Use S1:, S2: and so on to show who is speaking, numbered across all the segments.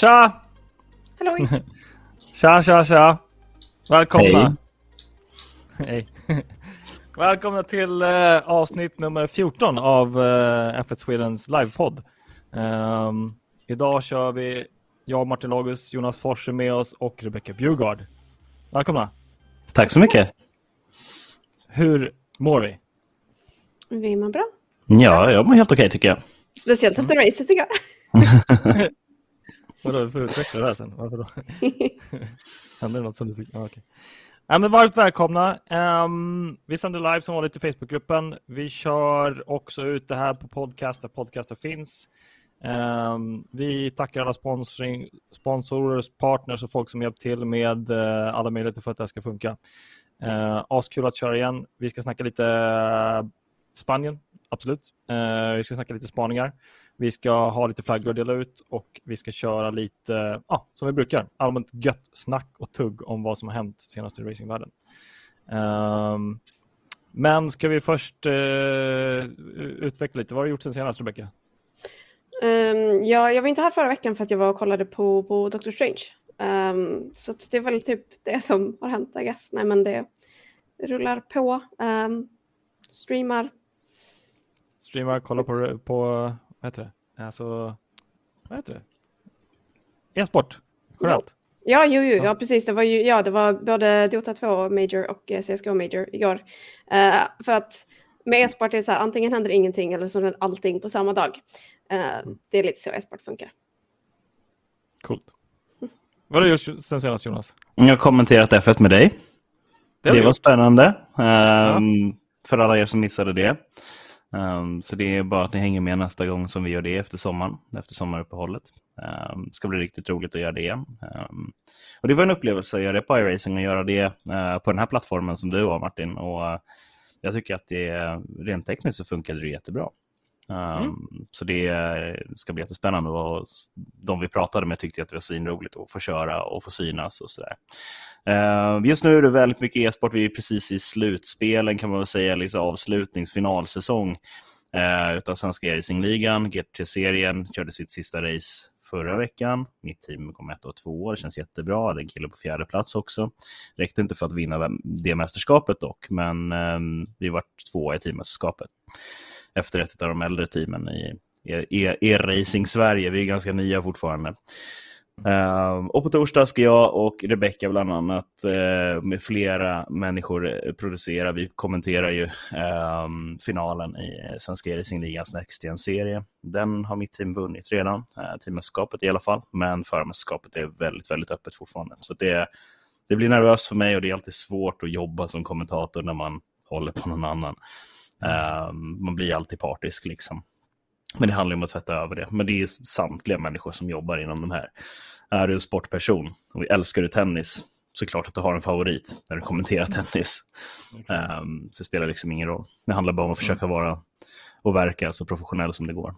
S1: Tja!
S2: Hallå!
S1: Tja! Välkomna.
S3: Hej.
S1: Hej. Välkomna till avsnitt nummer 14 av F1 Swedens livepodd. Idag kör vi jag, Martin Lagus, Jonas Fors är med oss och Rebecca Bjurgård. Välkomna.
S3: Tack så mycket.
S1: Hur mår vi?
S2: Vi mår bra.
S3: Ja, jag mår helt okej tycker jag.
S2: Speciellt efter racet igår.
S1: Vadå, du får utveckla det här sen. Varför då? Händer det något som du tycker? Ah, okay. Men varmt välkomna. Vi sänder live som vanligt i Facebookgruppen. Vi kör också ut det här på podcast där podcaster finns. Vi tackar alla sponsorer, partners och folk som hjälpt till med alla möjligheter för att det här ska funka. Askul att köra igen. Vi ska snacka lite Spanien, absolut. Vi ska snacka lite spaningar. Vi ska ha lite flaggor att dela ut och vi ska köra lite, som vi brukar, allmänt gött snack och tugg om vad som har hänt senast i racingvärlden. Men ska vi först utveckla lite. Vad har du gjort sen senast, Rebecca?
S2: Jag var inte här förra veckan för att jag var och kollade på Doctor Strange. Så det är väl typ det som har hänt, I guess. Nej, men det rullar på. Streamar,
S1: Kolla på vad heter det? Alltså, vad heter det? E-sport, korrekt?
S2: Ja, precis. Det var både Dota 2 Major och CSGO Major igår. För att med e-sport är det så här, antingen händer ingenting eller så händer allting på samma dag. Det är lite så e-sport funkar.
S1: Coolt. Vad har du gjort sen senast, Jonas?
S3: Jag har kommenterat F1 med dig. Det var spännande. För alla er som missade det. Så det är bara att ni hänger med nästa gång som vi gör det efter sommaren. Efter sommaruppehållet. Det ska bli riktigt roligt att göra det. Och det var en upplevelse att göra det på iRacing och göra det på den här plattformen som du har, Martin. Och jag tycker att det rent tekniskt så funkade det jättebra. Så det ska bli jättespännande och de vi pratade med tyckte att det var svinroligt att få köra och få synas och sådär. Just nu är det väldigt mycket e-sport. Vi är precis i slutspelen kan man väl säga, liksom avslutningsfinalsäsong utav Svenska e-racingligan. GT-serien körde sitt sista race förra veckan. Mitt team kom 1 och 2. Det känns jättebra. Det är en kille på 4:e plats också. Räckte inte för att vinna det mästerskapet dock, men vi var 2 i teammästerskapet. Efter ett av de äldre teamen i e-racing Sverige. Vi är ganska nya fortfarande. Och på torsdag ska jag och Rebecca bland annat med flera människor producera. Vi kommenterar ju finalen i Svenska e-racingligans Next Gen-serie. Den har mitt team vunnit redan. Teammästerskapet i alla fall. Men förmästerskapet är väldigt, väldigt öppet fortfarande. Så det blir nervöst för mig och det är alltid svårt att jobba som kommentator när man håller på någon annan. Man blir alltid partisk liksom. Men det handlar om att tvätta över det. Men det är samtliga människor som jobbar inom de här. Är du en sportperson och älskar du tennis, så klart att du har en favorit när du kommenterar tennis. Så det spelar liksom ingen roll. Det handlar bara om att försöka vara och verka så professionell som det går.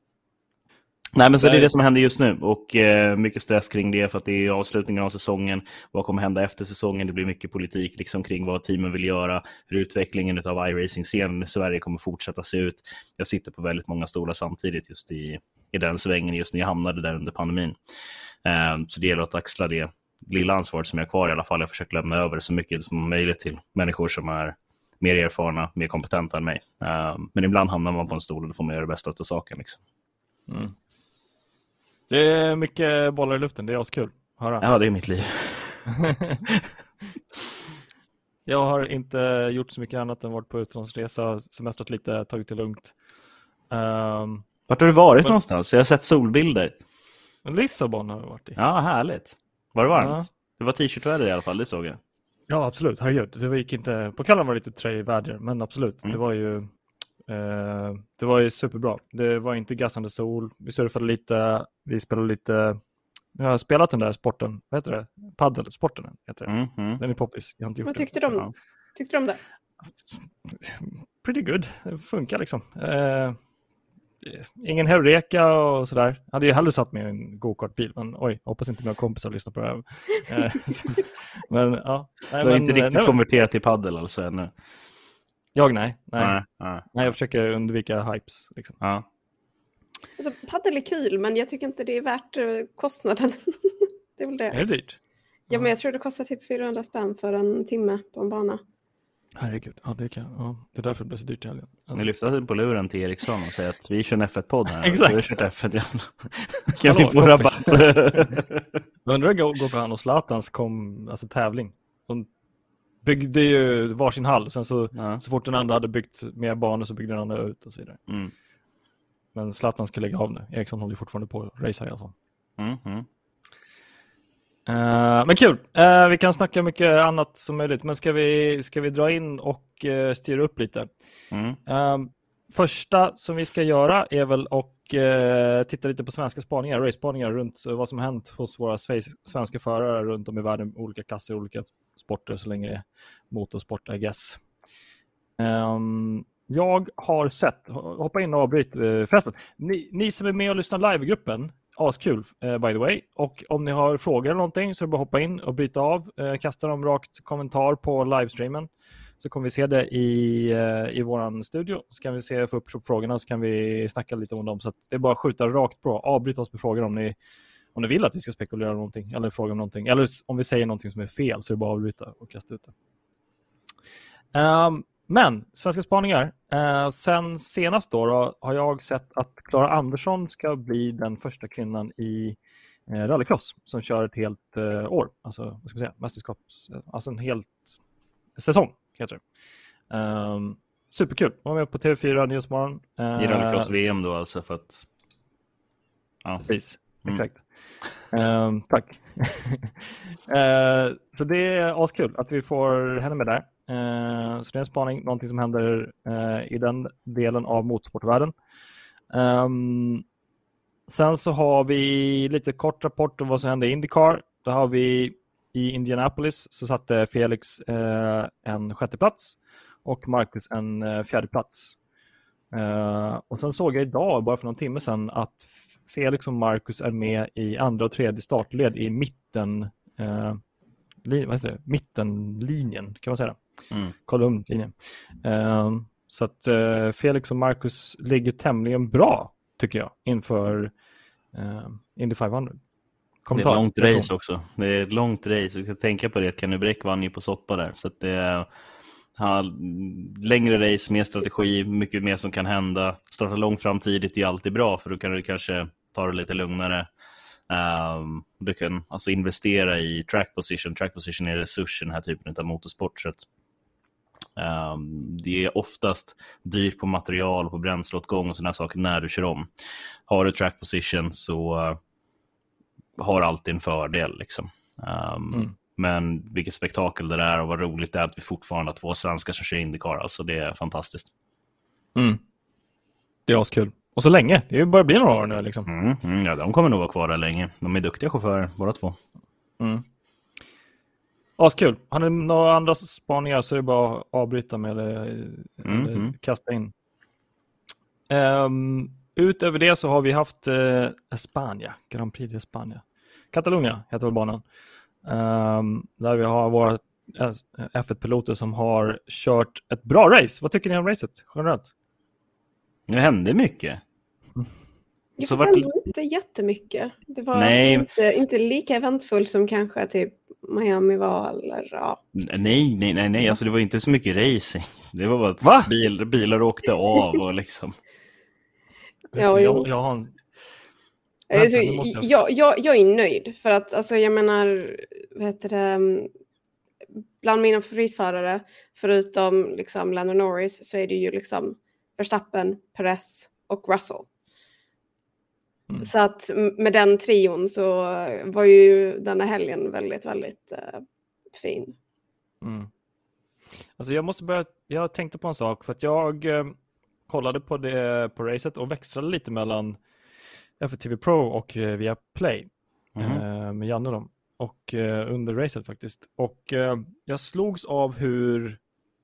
S3: Nej, men så det är det som händer just nu och mycket stress kring det för att det är avslutningen av säsongen. Vad kommer hända efter säsongen? Det blir mycket politik liksom kring vad teamen vill göra. Hur utvecklingen av iRacing-scenen i Sverige kommer fortsätta se ut. Jag sitter på väldigt många stolar samtidigt just i den svängen just när jag hamnade där under pandemin. Så det gäller att axla det lilla ansvaret som jag har kvar i alla fall. Jag försöker lämna över så mycket som möjligt till människor som är mer erfarna, mer kompetenta än mig. Men ibland hamnar man på en stol och då får man göra det bästa av saken liksom.
S1: Det är mycket bollar i luften, det är kul. Höra.
S3: Ja, det är mitt liv.
S1: Jag har inte gjort så mycket annat än varit på utlandsresa, semestrat lite, tagit det lugnt.
S3: Vart har du varit någonstans? Jag har sett solbilder.
S1: Lissabon har jag varit i.
S3: Ja, härligt. Var det varmt?
S1: Ja.
S3: Det var t-shirtväder i alla fall, det såg jag.
S1: Ja, absolut. Herregud. Det gick inte... På kvällen var det lite tröjväder, men absolut. Det var ju superbra. Det var inte gassande sol. Vi surfade lite. Vi spelade lite... Jag har spelat den där sporten. Vad heter det? Paddelsporten heter det. Den är poppis. Jag har inte gjort
S2: vad tyckte du om det?
S1: Pretty good. Det funkar liksom. Ingen heureka och sådär. Jag hade ju hellre satt med en go-kartbil. Men oj, hoppas inte mina kompisar lyssnar på det här. Men ja.
S3: Du har inte riktigt konverterat till paddel alltså ännu?
S1: Nej, jag försöker undvika hypes. Liksom.
S3: Ja.
S2: Alltså, paddel är kul, men jag tycker inte det är värt kostnaden. Det är väl det.
S1: Är det dyrt?
S2: Ja, men jag tror det kostar typ 400 spänn för en timme på en bana.
S1: Herregud, ja, det är därför det blir så dyrt i helgen.
S3: Alltså. Ni lyfter på luren till Eriksson och säger att vi kör en F1-podd här.
S1: Exakt.
S3: Vi har kört F1, kan vi få rabatt?
S1: Jag undrar gå på han och Zlatans tävling. De byggde ju varsin hall. Sen så fort den andra hade byggt mer banor så byggde den andra ut och så vidare.
S3: Mm.
S1: Men Zlatan ska lägga av nu. Eriksson håller fortfarande på att racea i alla fall. Men kul. Vi kan snacka mycket annat som möjligt. Men ska vi dra in och styra upp lite? Första som vi ska göra är väl att titta lite på svenska spaningar, race-spaningar runt vad som har hänt hos våra svenska förare runt om i världen, olika klasser, olika sporter, så länge det är motorsport, I guess. Jag har sett, hoppa in och avbryt festen. Ni som är med och lyssnar live i gruppen, askul by the way. Och om ni har frågor eller någonting så är det bara hoppa in och byta av. Kasta dem rakt kommentar på livestreamen. Så kommer vi se det i våran studio. Så kan vi få upp frågorna så kan vi snacka lite om dem. Så att det är bara att skjuta rakt på. Avbryta oss med frågor om ni vill att vi ska spekulera om någonting. Eller fråga om någonting. Eller om vi säger någonting som är fel så är det bara att avbryta och kasta ut det. Men svenska spaningar. Sen senast då har jag sett att Clara Andersson ska bli den första kvinnan i rallycross som kör ett helt år. Alltså, vad ska man säga? Mästerskaps... Alltså en helt säsong, heter det. Superkul. Hon var med på TV4 Nyhetsmorgon.
S3: I rallycross-VM då alltså för att... Ja.
S1: Precis, exakt. Tack. Så det är kul att vi får henne med där. Så det är en spaning, någonting som händer i den delen av motorsportvärlden. Sen så har vi lite kort rapport om vad som hände i IndyCar. Då har vi i Indianapolis så satte Felix en sjätte plats och Marcus en fjärde plats. Och sen såg jag idag, bara för någon timme sedan, att Felix och Marcus är med i andra och tredje startled i mittenlinjen, kan man säga. Kolumnlinjen. Så att Felix och Marcus ligger tämligen bra, tycker jag, inför Indy 500.
S3: Det är ett långt race också. Det är ett långt race. Jag ska tänka på det. Kenny Bräck vann ju på soppa där. Så att det är längre race, mer strategi, mycket mer som kan hända. Starta långt fram tidigt är alltid bra, för då kan du kanske ta det lite lugnare. Du kan alltså investera i track position. Track position är resurs i den här typen av motorsport. Så att, det är oftast dyrt på material, på bränsleåtgång och sådana saker när du kör om. Har du track position så har alltid en fördel liksom. Men vilket spektakel det är och vad roligt det är att vi fortfarande har 2 svenskar som kör IndyCar. Alltså det är fantastiskt.
S1: Det är askul. Och så länge. Det är ju bara bli några år nu liksom.
S3: Ja, de kommer nog vara kvar där länge. De är duktiga chaufförer, båda 2.
S1: Askul. Har ni några andra spaningar så är det bara att avbryta med eller kasta in. Utöver det så har vi haft España, Grand Prix de España. Catalunya heter väl banan. Där vi har våra F1-piloter som har kört ett bra race. Vad tycker ni om racet generellt?
S3: Det hände mycket.
S2: Jag får ändå inte jättemycket. Det var alltså inte lika eventfullt som kanske typ Miami var. Eller, ja.
S3: Nej. Alltså det var inte så mycket racing. Det var bara att bilar åkte av och liksom...
S2: Jag är nöjd för att alltså, jag menar bland mina favoritförare förutom liksom Lando Norris så är det ju liksom Verstappen, Perez och Russell. Så att med den trion så var ju denna helgen väldigt, väldigt fin.
S1: Alltså jag tänkte på en sak för att jag kollade på det på racet och växlade lite mellan F1 TV Pro och via Play med Janne och dem. Och under racet faktiskt. Och jag slogs av hur...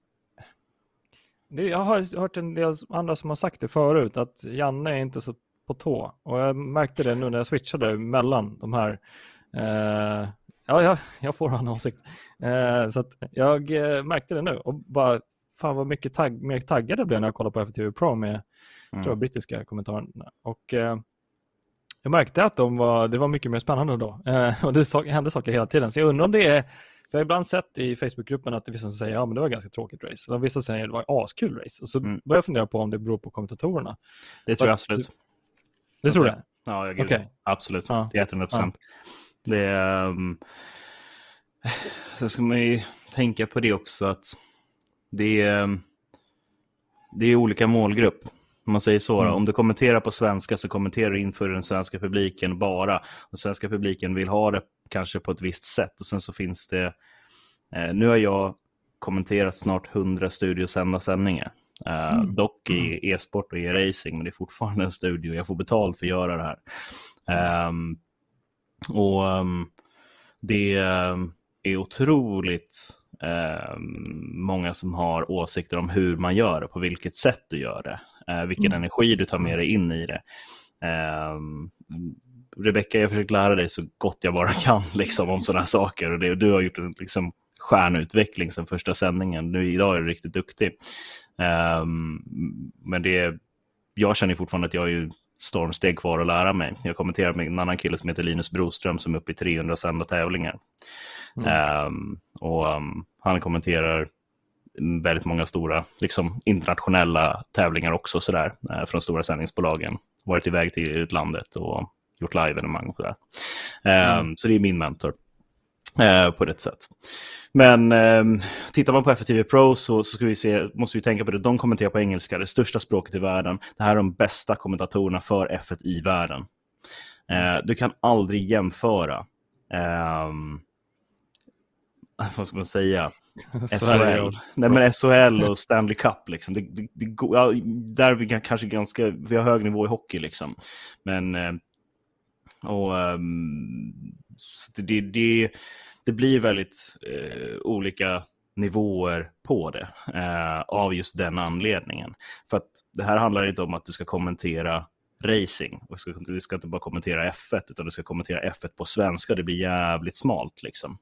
S1: Jag har hört en del andra som har sagt det förut, att Janne är inte så på tå. Och jag märkte det nu när jag switchade mellan de här. Jag får en åsikt. Så att jag märkte det nu och bara fan vad mycket mer taggade blev när jag kollade på FTV Pro med tror jag, brittiska kommentarerna. Och jag märkte att det var mycket mer spännande då. Och det hände saker hela tiden. Så jag undrar om det är, för jag har ibland sett i Facebookgruppen att det vissa som säger ja men det var ganska tråkigt race. Och vissa säger det var askul race. Och så börjar jag fundera på om det beror på kommentatorerna.
S3: Det tror jag absolut.
S1: Det tror jag?
S3: Ja, jag okay. Absolut. Ja. Det är 100%. Det är... Så ska man ju tänka på det också att det är olika målgrupp. Om man säger så, om du kommenterar på svenska så kommenterar du inför den svenska publiken bara. Den svenska publiken vill ha det kanske på ett visst sätt. Och sen så finns det, nu har jag kommenterat snart 100 studiosända sändningar. Dock i e-sport och i racing, men det är fortfarande en studio. Jag får betalt för att göra det här. Det är otroligt många som har åsikter om hur man gör det, på vilket sätt du gör det, vilken energi du tar med dig in i det. Rebecca, jag försöker lära dig så gott jag bara kan liksom, om sådana här saker, och du har gjort en liksom, stjärnutveckling sen första sändningen. Idag är du riktigt duktig. Men jag känner fortfarande att jag är ju stormsteg kvar att lära mig. Jag kommenterar med en annan kille som heter Linus Broström som är uppe i 300 sända tävlingar. Han kommenterar väldigt många stora liksom, internationella tävlingar också sådär, från stora sändningsbolagen. Varit iväg till utlandet och gjort live-evenemang och sådär. Så det är min mentor på det sätt. Men tittar man på FTV Pro så ska måste vi tänka på det. De kommenterar på engelska, det största språket i världen. Det här är de bästa kommentatorerna för F1 i världen. Du kan aldrig jämföra vad ska man säga? SHL. Nej, men SHL och Stanley Cup liksom. Där vi kanske vi har hög nivå i hockey liksom. Men så det blir väldigt olika nivåer på det av just den anledningen. För att det här handlar inte om att du ska kommentera racing. Du ska inte bara kommentera F1 utan du ska kommentera F1 på svenska. Det blir jävligt smalt liksom.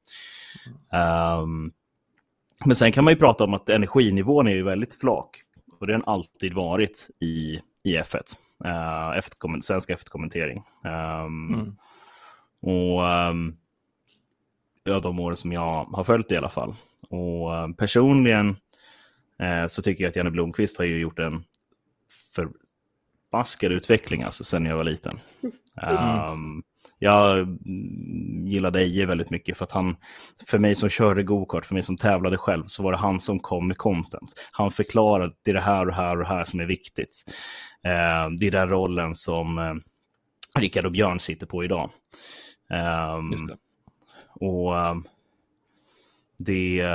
S3: Men sen kan man ju prata om att energinivån är ju väldigt flak. Och det har alltid varit i F1. Svenska F1-kommentering. De åren som jag har följt i alla fall. Och personligen så tycker jag att Janne Blomqvist har ju gjort en förbaskad utveckling alltså, sen jag var liten. Jag gillade Eje väldigt mycket för att för mig som körde go-kart, för mig som tävlade själv, så var det han som kom med content. Han förklarade att det är det här och här och här som är viktigt. Det är den rollen som Rickard och Björn sitter på idag. Just det. Och det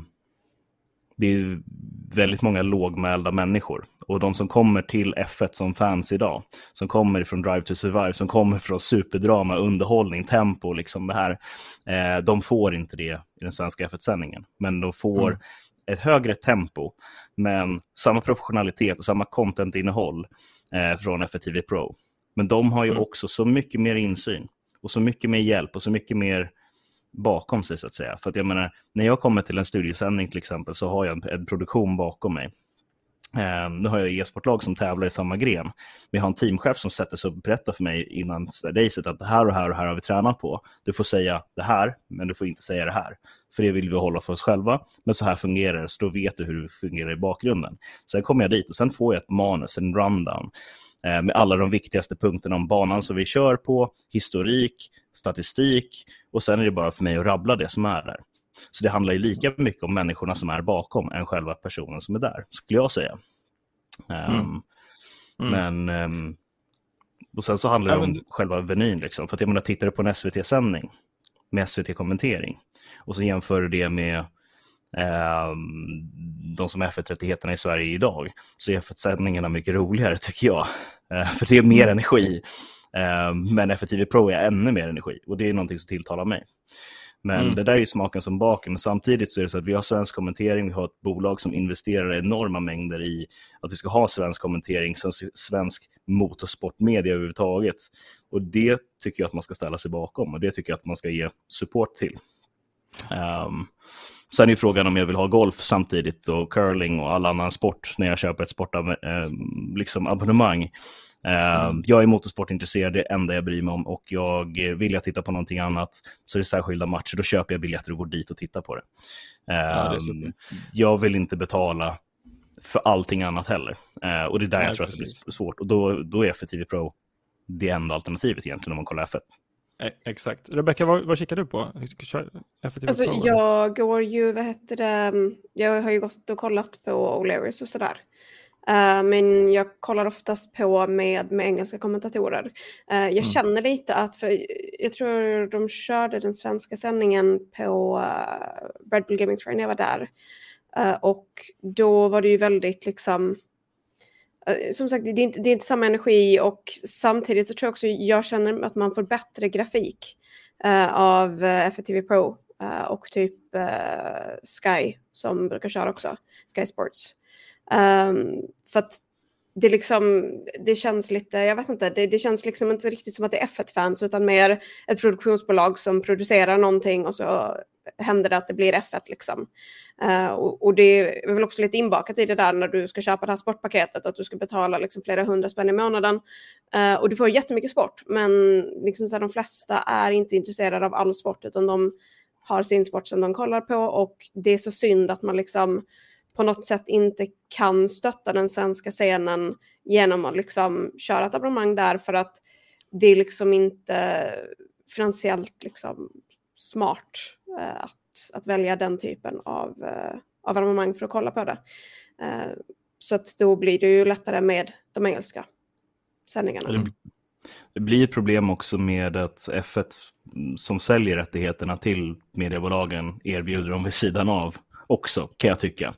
S3: är väldigt många lågmälda människor. Och de som kommer till F1 som fans idag, som kommer från Drive to Survive, som kommer från superdrama, underhållning, tempo, liksom det här, de får inte det i den svenska F1-sändningen. Men de får ett högre tempo, men samma professionalitet och samma content-innehåll från FTV Pro. Men de har ju också så mycket mer insyn och så mycket mer hjälp och så mycket mer bakom sig så att säga. För att jag menar, när jag kommer till en studiosändning till exempel så har jag en produktion bakom mig. Nu har jag e-sportlag som tävlar i samma gren. Vi har en teamchef som sätter sig och berättar för mig innan racet att det här och här och här har vi tränat på. Du får säga det här, men du får inte säga det här. För det vill vi hålla för oss själva. Men så här fungerar det, så då vet du hur det fungerar i bakgrunden. Sen kommer jag dit och sen får jag ett manus, en rundown med alla de viktigaste punkterna om banan som vi kör på, historik, statistik, och sen är det bara för mig att rabbla det som är där. Så det handlar ju lika mycket om människorna som är bakom än själva personen som är där, skulle jag säga. Men och sen så handlar det om själva venyn liksom. För att jag menar, tittar du på en SVT-sändning med SVT-kommentering och så jämför du det med de som är F1-rättigheterna i Sverige idag, så är F1-sändningarna mycket roligare tycker jag. För det är mer energi. Men FTV Pro är ännu mer energi, och det är någonting som tilltalar mig. Men det där är ju smaken som baken. Men samtidigt så är det så att vi har svensk kommentering. Vi har ett bolag som investerar enorma mängder i att vi ska ha svensk kommentering, svensk motorsportmedia överhuvudtaget. Och det tycker jag att man ska ställa sig bakom. Och det tycker jag att man ska ge support till. Sen är frågan om jag vill ha golf samtidigt och curling och all annan sport när jag köper ett liksom abonnemang. Jag är motorsportintresserad, det är det enda jag bryr mig om, och vill jag titta på någonting annat så är det särskilda matcher, då köper jag biljetter och går dit och tittar på det. Jag vill inte betala för allting annat heller. Och det är där jag tror att det blir svårt. Och då är FTV Pro det enda alternativet egentligen om man kollar F1.
S1: Exakt. Rebecca, vad kikar du på?
S2: Alltså, jag går ju, jag har ju gått och kollat på O'Learys och sådär. Men jag kollar oftast på med engelska kommentatorer. Jag känner lite att, för jag tror de körde den svenska sändningen på Red Bull Gaming när jag var där. Och då var det ju väldigt liksom, som sagt, det är inte samma energi, och samtidigt så tror jag också jag känner att man får bättre grafik av FTV Pro och typ Sky som brukar köra också, Sky Sports. För att det liksom, det känns lite, jag vet inte, det känns liksom inte riktigt som att det är F1-fans utan mer ett produktionsbolag som producerar någonting och så händer det att det blir F1 liksom. Och det är väl också lite inbakat i det där när du ska köpa det här sportpaketet, att du ska betala liksom flera 100 spänn i månaden. Och du får jättemycket sport, men liksom så här, de flesta är inte intresserade av all sport, utan de har sin sport som de kollar på, och det är så synd att man liksom på något sätt inte kan stötta den svenska scenen genom att liksom köra ett abonnemang där, för att det är liksom inte finansiellt liksom smart att välja den typen av abonnemang för att kolla på det. Så att då blir det ju lättare med de engelska sändningarna.
S3: Det blir ett problem också med att F1 som säljer rättigheterna till mediebolagen erbjuder dem vid sidan av också, kan jag tycka.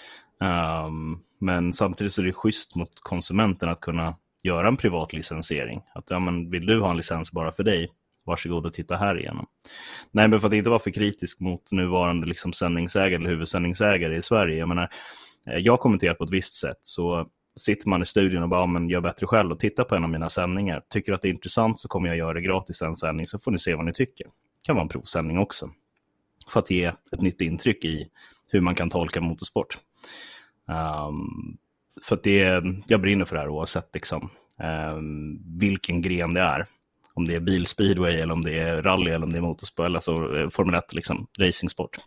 S3: Men samtidigt så är det schysst mot konsumenten att kunna göra en privat licensiering. Att vill du ha en licens bara för dig, varsågod och titta här igenom. Nej, men för att inte vara för kritisk mot nuvarande liksom sändningsägare eller huvudsändningsägare i Sverige. Jag menar, jag kommenterar på ett visst sätt, så sitter man i studion och bara, gör bättre själv och tittar på en av mina sändningar. Tycker att det är intressant så kommer jag göra det gratis en sändning, så får ni se vad ni tycker. Det kan vara en provsändning också. För att ge ett nytt intryck i hur man kan tolka motorsport. För att jag brinner för det här oavsett liksom, vilken gren det är. Om det är bilspeedway eller om det är rally eller om det är motorsport, alltså Formel 1 liksom, racingsport.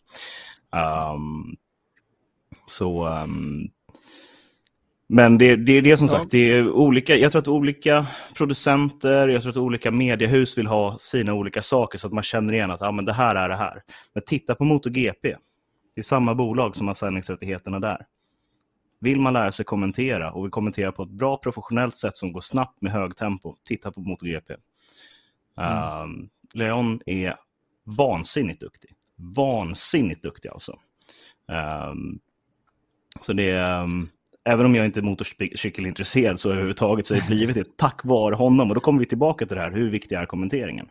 S3: Men det är som sagt, det är olika, jag tror att olika producenter, jag tror att olika mediehus vill ha sina olika saker så att man känner igen att men det här är det här. Men titta på MotoGP. Det är samma bolag som har sändningsrättigheterna där. Vill man lära sig kommentera och vill kommentera på ett bra professionellt sätt som går snabbt med hög tempo, titta på MotoGP. Leon är vansinnigt duktig. Vansinnigt duktig alltså. Så det är... Även om jag inte är motorcykelintresserad så överhuvudtaget så är det blivit det tack vare honom. Och då kommer vi tillbaka till det här. Hur viktig är kommenteringen?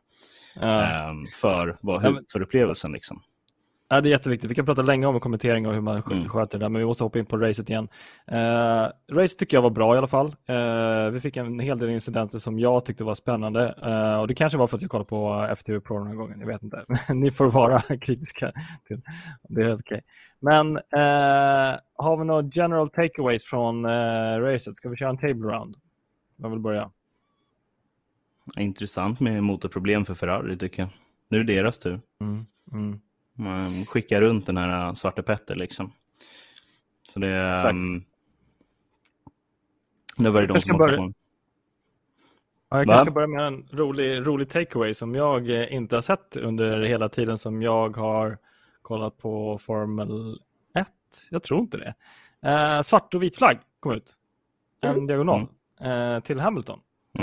S3: För upplevelsen liksom.
S1: Ja, det är jätteviktigt. Vi kan prata länge om kommentering och hur man sköter det där, men vi måste hoppa in på racet igen. Race tycker jag var bra i alla fall. Vi fick en hel del incidenter som jag tyckte var spännande. Och det kanske var för att jag kollade på FTV Pro den här gången, jag vet inte. Ni får vara kritiska till det, är okej. Men har vi några general takeaways från racet? Ska vi köra en table round? Jag vill börja.
S3: Intressant med motorproblem för Ferrari tycker jag. Nu är det deras tur. Man skickar runt den här Svarte Petter liksom. Så det är... Nu var det de som åker på.
S1: Ja, jag kanske ska börja med en rolig takeaway som jag inte har sett under hela tiden som jag har kollat på Formel 1. Jag tror inte det. Svart och vit flagg kom ut. En diagonal till Hamilton.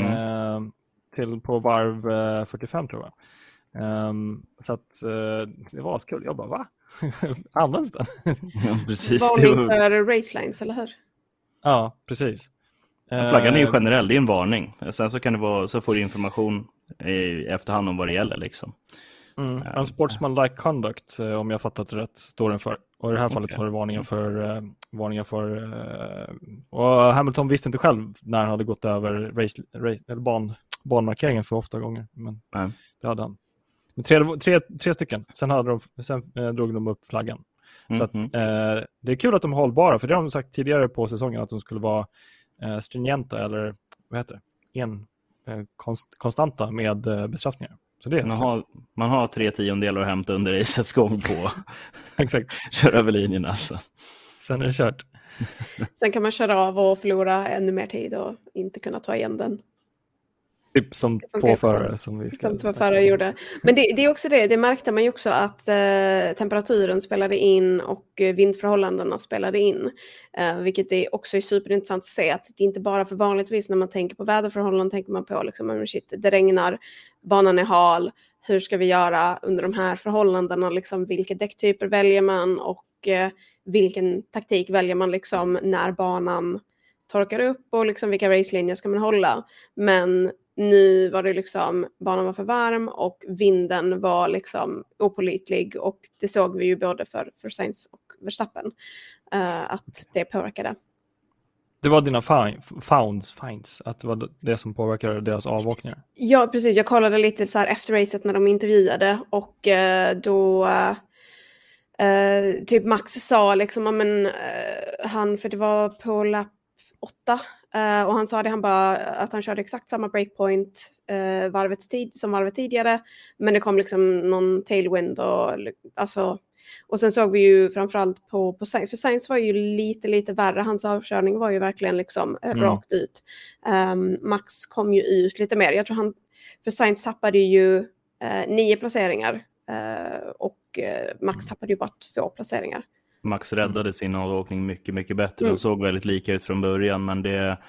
S1: På varv 45 tror jag. Så att det var skul. Jag bara, va? Används den?
S3: Ja, precis.
S2: Varning för race lines, eller hur?
S1: Ja, precis.
S3: Flaggan är ju generell, det är en varning. Sen så kan det vara, så får du information i efterhand om vad det gäller liksom.
S1: En sportsmanlike conduct, om jag fattat det rätt, står den för. Och i det här fallet var det varningar för och Hamilton visste inte själv när han hade gått över race eller banmarkeringen för ofta gånger, men det hade han. Men tre stycken. Sen drog de upp flaggan. Så att, det är kul att de är hållbara, för det har de sagt tidigare på säsongen att de skulle vara stringenta eller vad heter det? Konstanta med bestraffningar. Så det är
S3: man har 3/10 att hämta under racets gång på.
S1: Exakt.
S3: Köra över linjen alltså.
S1: Sen är det kört.
S2: Sen kan man köra av och förlora ännu mer tid och inte kunna ta igen den.
S1: Typ som två förare som
S2: två förare gjorde. Men det är också det märkte man ju också att temperaturen spelade in och vindförhållandena spelade in. Vilket är också superintressant att se, att det inte bara för vanligtvis när man tänker på väderförhållanden tänker man på liksom, shit, det regnar, banan är hal, hur ska vi göra under de här förhållandena, liksom, vilka däcktyper väljer man och vilken taktik väljer man liksom, när banan torkar upp och liksom, vilka racelinjer ska man hålla. Men nu var det liksom, banan var för varm och vinden var liksom opålitlig, och det såg vi ju både för Sainz och Verstappen att det påverkade.
S1: Det var dina finds, att det var det som påverkade deras avåkningar. Ja,
S2: precis. Jag kollade lite så här efter racet när de intervjuade, och då typ Max sa liksom, men han, för det var på lap 8, och han sa det, han bara att han körde exakt samma breakpoint som varvet tidigare, men det kom liksom någon tailwind och sen såg vi ju framförallt på Sainz, för Sainz var ju lite värre, hans avkörning var ju verkligen liksom rakt ut. Max kom ju ut lite mer, jag tror för Sainz tappade ju 9 placeringar och Max tappade ju bara 2 placeringar.
S3: Max räddade sin avåkning mycket, mycket bättre. De såg väldigt lika ut från början, men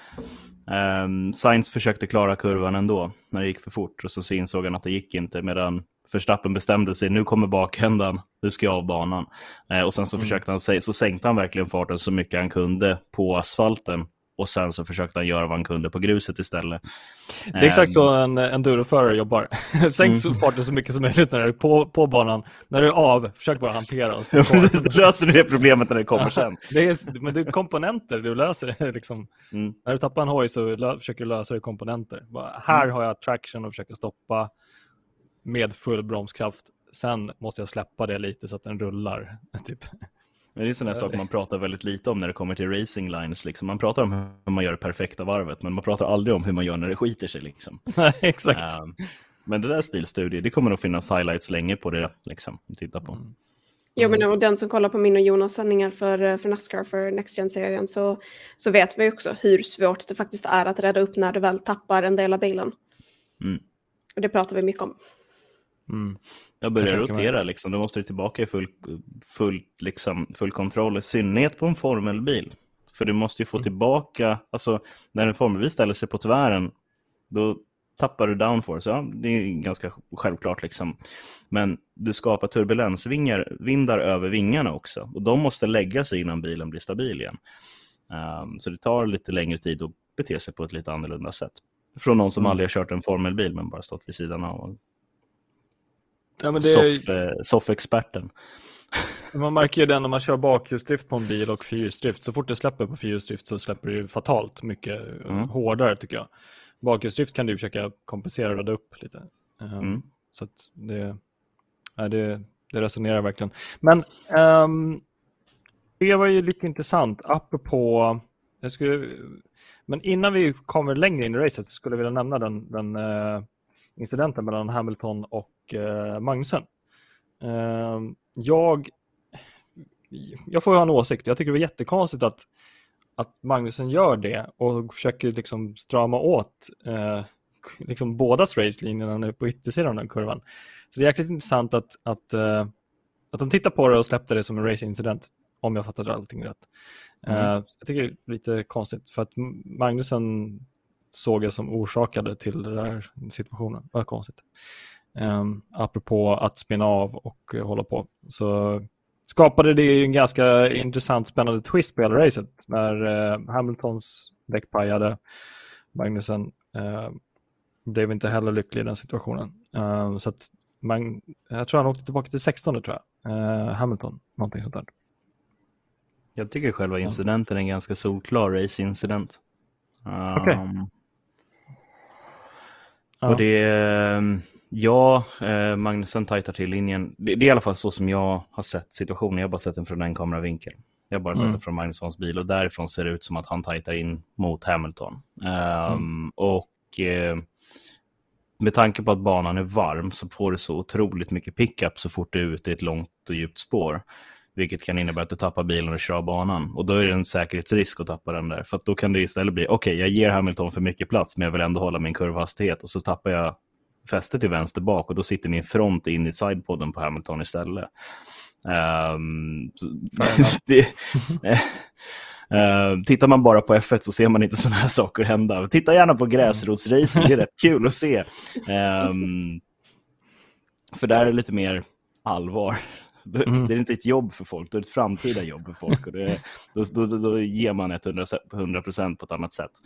S3: Sainz försökte klara kurvan ändå när det gick för fort, och så insåg han att det gick inte, medan Verstappen bestämde sig, nu kommer bakhändan, nu ska jag av banan. Och sen så försökte han så sänkte han verkligen farten så mycket han kunde på asfalten, och sen så försökte han göra vad han kunde på gruset istället.
S1: Det är exakt så en enduroförare jobbar. Sänk farten så mycket som möjligt när du är på banan. När du är av, försök bara hantera och stå kvar.
S3: Då löser du det problemet när det kommer sen.
S1: Men det är komponenter du löser det liksom. När du tappar en hoj så försöker du lösa det komponenter. Här har jag traction och försöker stoppa med full bromskraft. Sen måste jag släppa det lite så att den rullar typ.
S3: Men det är sådana saker man pratar väldigt lite om när det kommer till racing lines. Liksom. Man pratar om hur man gör det perfekta varvet, men man pratar aldrig om hur man gör när det skiter sig. Liksom.
S1: Exakt.
S3: Men det där stilstudie, det kommer nog finnas highlights länge på det. Liksom, att titta på.
S2: Ja, men och den som kollar på min och Jonas sändningar för NASCAR, för Next Gen-serien, så vet vi också hur svårt det faktiskt är att rädda upp när du väl tappar en del av bilen. Och det pratar vi mycket om.
S3: Jag börjar rotera liksom. Då måste du tillbaka i full kontroll, i synnerhet på en formelbil. För du måste ju få tillbaka, alltså när en formelbil ställer sig på tvären, då tappar du downforce. Ja, det är ganska självklart liksom. Men du skapar turbulensvindar över vingarna också. Och de måste lägga sig innan bilen blir stabil igen. Så det tar lite längre tid att bete sig på ett lite annorlunda sätt. Från någon som aldrig har kört en formelbil men bara stått vid sidan av.
S1: Ja, men
S3: SOF-experten.
S1: Man märker ju det när man kör bakhjulsdrift på en bil och fyrhjulsdrift. Så fort det släpper på fyrhjulsdrift så släpper det ju fatalt mycket hårdare tycker jag. Bakhjulsdrift kan du försöka kompensera och rädda upp lite. Så att det resonerar verkligen. Men det var ju lite intressant apropå men innan vi kommer längre in i racet så skulle jag vilja nämna den incidenten mellan Hamilton och Magnussen. Jag får ju ha en åsikt. Jag tycker det är jättekonstigt att Magnussen gör det och försöker liksom strama åt liksom bådas racelinjerna nu på yttersidan av den kurvan. Så det är jäkligt intressant att de tittar på det och släppte det som en racingincident, om jag fattade allting rätt. Jag tycker det är lite konstigt för att Magnussen såg jag som orsakade till den där situationen. Vad konstigt. Apropå att spinna av och hålla på. Så skapade det ju en ganska intressant, spännande twist på hela racet. När Hamiltons däck pajade. Magnussen blev inte heller lycklig i den situationen. Så att jag tror han åkte tillbaka till 16, tror jag. Hamilton, någonting sånt där.
S3: Jag tycker själva incidenten är en ganska solklar race-incident.
S1: Okay. Ja.
S3: Och Magnussen tajtar till linjen. Det är i alla fall så som jag har sett situationen. Jag har bara sett den från den kameravinkeln. Jag har bara sett den från Magnussons bil och därifrån ser det ut som att han tajtar in mot Hamilton. Och med tanke på att banan är varm så får du så otroligt mycket pickup så fort du är ute i ett långt och djupt spår. Vilket kan innebära att du tappar bilen och kör banan. Och då är det en säkerhetsrisk att tappa den där. För att då kan det istället bli, okej, jag ger Hamilton för mycket plats men jag vill ändå hålla min kurvhastighet. Och så tappar jag fästet till vänster bak och då sitter min front in i sidepodden på Hamilton istället. Tittar man bara på F1 så ser man inte sådana här saker hända. Titta gärna på gräsrotsracing, det är rätt kul att se. För där är det lite mer allvar. Det är inte ett jobb för folk, det är ett framtida jobb för folk. Och då ger man 100% på ett annat sätt.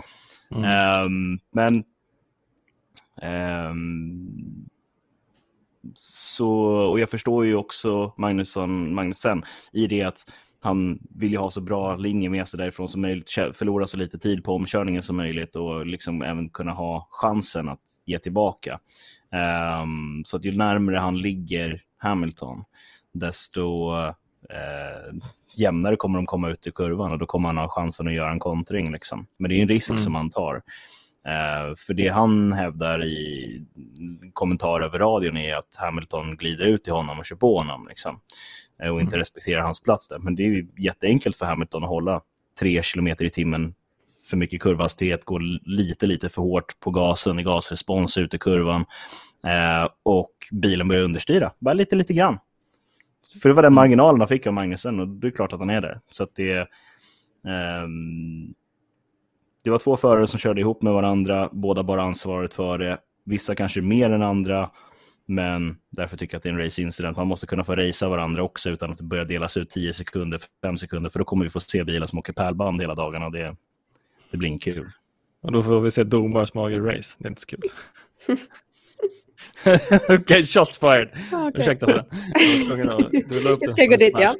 S3: Och jag förstår ju också Magnussen i det att han vill ju ha så bra linje med sig därifrån som möjligt, förlora så lite tid på omkörningen som möjligt och liksom även kunna ha chansen att ge tillbaka. Så att ju närmare han ligger Hamilton, desto jämnare kommer de komma ut i kurvan och då kommer han ha chansen att göra en kontring liksom. Men det är en risk som han tar. För det han hävdar i kommentar över radion är att Hamilton glider ut i honom och kör på honom liksom, och inte respekterar hans plats där. Men det är ju jätteenkelt för Hamilton att hålla 3 kilometer i timmen för mycket kurvhastighet, gå lite för hårt på gasen i gasrespons ut i kurvan och bilen börjar understyra, bara lite grann. För det var den marginalen han fick av Magnussen och det är klart att han är där. Så att det var 2 förare som körde ihop med varandra, båda bara ansvaret för det. Vissa kanske mer än andra, men därför tycker jag att det är en race-incident. Man måste kunna få racea varandra också utan att det börjar delas ut 10 sekunder, 5 sekunder, för då kommer vi få se bilar som åker pärlband hela dagarna och det blir inte kul.
S1: Och då får vi se domar som har race, det är inte så kul. Okej, shots fired. Okay. Ursäkta för det.
S2: Jag ska gå dit, ja.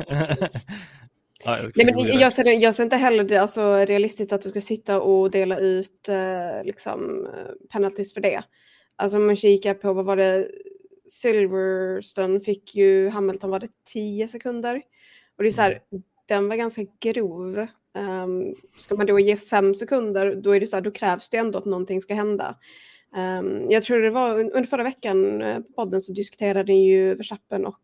S2: Nej, men jag ser inte heller det alltså, realistiskt att du ska sitta och dela ut liksom, penalties för det. Alltså om man kikar på vad var det, Silverstone fick ju Hamilton, var det 10 sekunder? Och det är så här, den var ganska grov. Ska man då ge 5 sekunder, då är det så här, då krävs det ändå att någonting ska hända. Jag tror det var under förra veckan på podden så diskuterade ju Verstappen och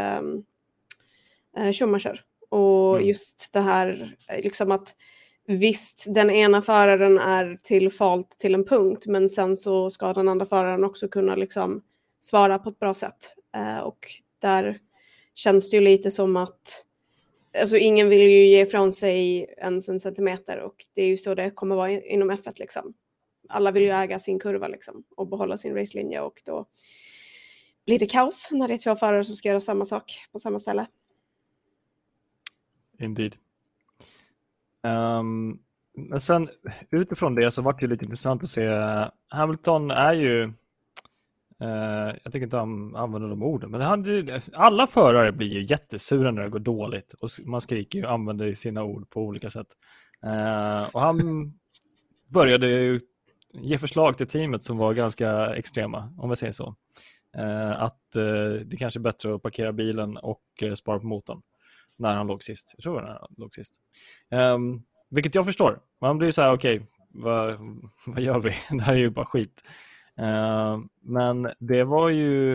S2: Schumacher. Och just det här liksom att visst, den ena föraren är till fault till en punkt, men sen så ska den andra föraren också kunna liksom svara på ett bra sätt. Och där känns det ju lite som att alltså ingen vill ju ge ifrån sig ens en centimeter och det är ju så det kommer vara inom F1 liksom. Alla vill ju äga sin kurva liksom och behålla sin racelinje och då blir det kaos när det är 2 förare som ska göra samma sak på samma ställe.
S1: Indeed. Men sen utifrån det så var det ju lite intressant att se. Hamilton är ju jag tycker inte han använder de orden, men alla förare blir ju jättesura när det går dåligt och man skriker ju och använder sina ord på olika sätt. Och han började ju ge förslag till teamet som var ganska extrema, om vi säger så. Att det kanske är bättre att parkera bilen och spara på motorn när han låg sist. Jag tror han låg sist. Vilket jag förstår. Man blir så här, okej, vad gör vi? Det här är ju bara skit. Men det var ju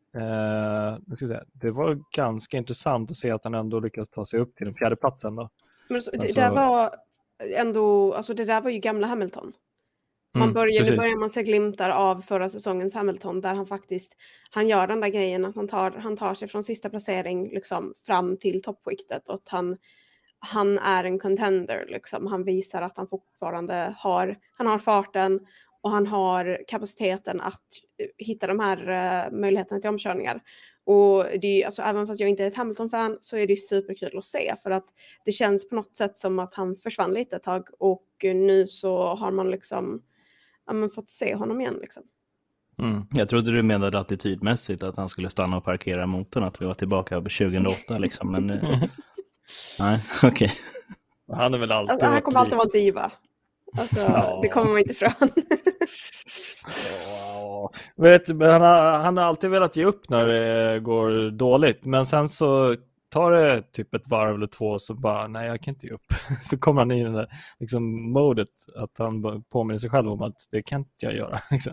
S1: det var ganska intressant att se att han ändå lyckades ta sig upp till den 4:e platsen då. Men
S2: så, det där var ändå, alltså det där var ju gamla Hamilton. Nu börjar man se glimtar av förra säsongens Hamilton där han gör den där grejen att han tar sig från sista placering liksom fram till toppskiktet och att han är en contender liksom. Han visar att han fortfarande har farten och han har kapaciteten att hitta de här möjligheterna till omkörningar. Och det är, alltså, även fast jag inte är ett Hamilton-fan så är det superkul att se för att det känns på något sätt som att han försvann lite ett tag och nu så har man liksom fått se honom igen liksom.
S3: Jag trodde du menade attitydmässigt att han skulle stanna och parkera motorn, att vi var tillbaka på 2008 liksom, men nej, okej.
S1: Han är väl alltid
S2: han kommer alltid vara en diva. Alltså, det kommer man inte ifrån.
S1: Wow. Men han har alltid velat ge upp när det går dåligt. Men sen så tar det typ ett varv eller två så bara, nej jag kan inte ge upp. Så kommer han in i det där liksom, modet att han påminner sig själv om att det kan inte jag göra. Liksom.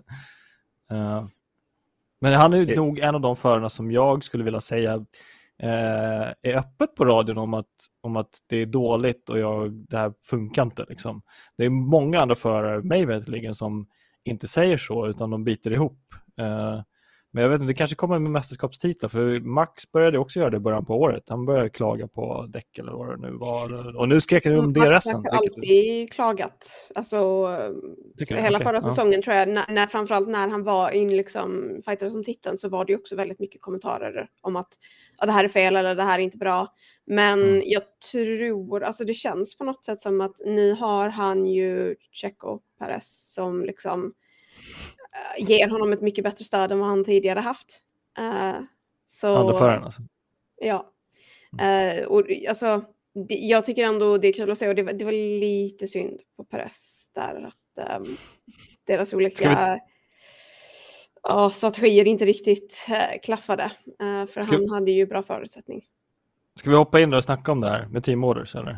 S1: Men han är ju nog en av de förarna som jag skulle vilja säga är öppet på radion om att det är dåligt och det här funkar inte. Liksom. Det är många andra förare, mig vetligen, som inte säger så utan de biter ihop. Men jag vet inte, det kanske kommer med mästerskapstitlar, för Max började också göra det i början på året. Han började klaga på däck eller vad det nu var. Och nu skrek han om DRS.
S2: Max har alltid klagat. Alltså, hela förra säsongen tror jag, framförallt när han var in liksom fightare som titeln, så var det också väldigt mycket kommentarer om att det här är fel eller det här är inte bra. Men jag tror, alltså det känns på något sätt som att nu har han ju Checo Perez som liksom ger honom ett mycket bättre stöd än vad han tidigare haft.
S1: Andra föraren alltså.
S2: Ja. Och alltså, jag tycker ändå det är kul att se, och det var lite synd på Perez där att deras olika strategier inte riktigt klaffade. För han hade ju bra förutsättning. Ska
S1: vi hoppa in och snacka om det här med team orders eller?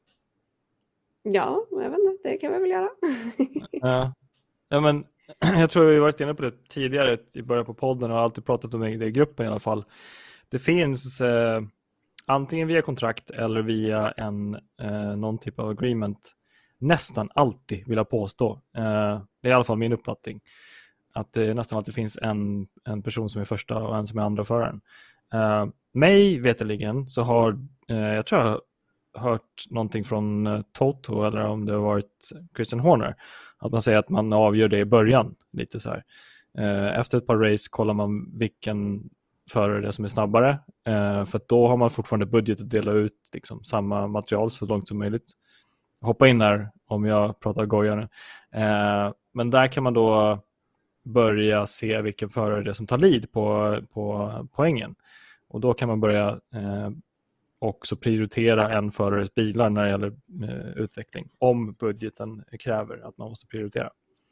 S2: Ja, jag vet inte, det kan vi väl göra.
S1: Ja, men jag tror vi har varit inne på det tidigare i början på podden och har alltid pratat om det i gruppen i alla fall. Det finns antingen via kontrakt eller via någon typ av agreement, nästan alltid vill jag påstå. Det är i alla fall min uppfattning. Att det nästan alltid finns en person som är första och en som är andra föraren. Mig veterligen så har jag tror jag hört någonting från Toto, eller om det har varit Christian Horner, att man säger att man avgör det i början lite så här. Efter ett par race kollar man vilken förare det som är snabbare, för att då har man fortfarande budget att dela ut liksom samma material så långt som möjligt. Hoppa in här om jag pratar goja. Men där kan man då börja se vilken förare det är som tar lead på poängen, och då kan man börja också prioritera en förares bilar när det gäller utveckling, om budgeten kräver att man måste prioritera.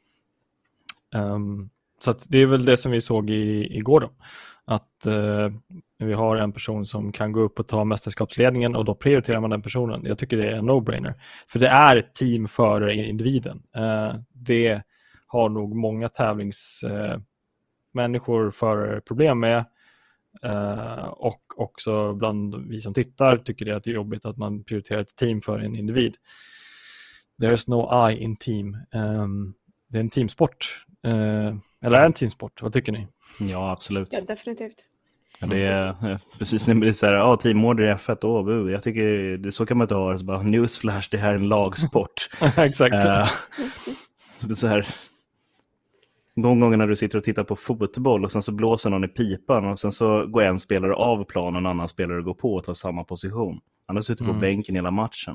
S1: Så att det är väl det som vi såg igår då, att vi har en person som kan gå upp och ta mästerskapsledningen, och då prioriterar man den personen. Jag tycker det är en no-brainer, för det är ett team före individen. Det har nog många tävlingsmänniskor för problem med. Och också bland vi som tittar tycker det att det är jobbigt att man prioriterar ett team för en individ. There's no I in team. Det är en teamsport. Eller är en teamsport? Vad tycker ni?
S3: Ja, absolut.
S2: Ja, definitivt.
S3: Ja, det är precis när det är så här, teamorder i F1, jag tycker det, så kan man inte ha det, så bara newsflash, det här är en lagsport.
S1: Exakt.
S3: Det är så här, de gånger när du sitter och tittar på fotboll och sen så blåser någon i pipan och sen så går en spelare av planen och en annan spelare går på och tar samma position. Han har suttit på bänken hela matchen.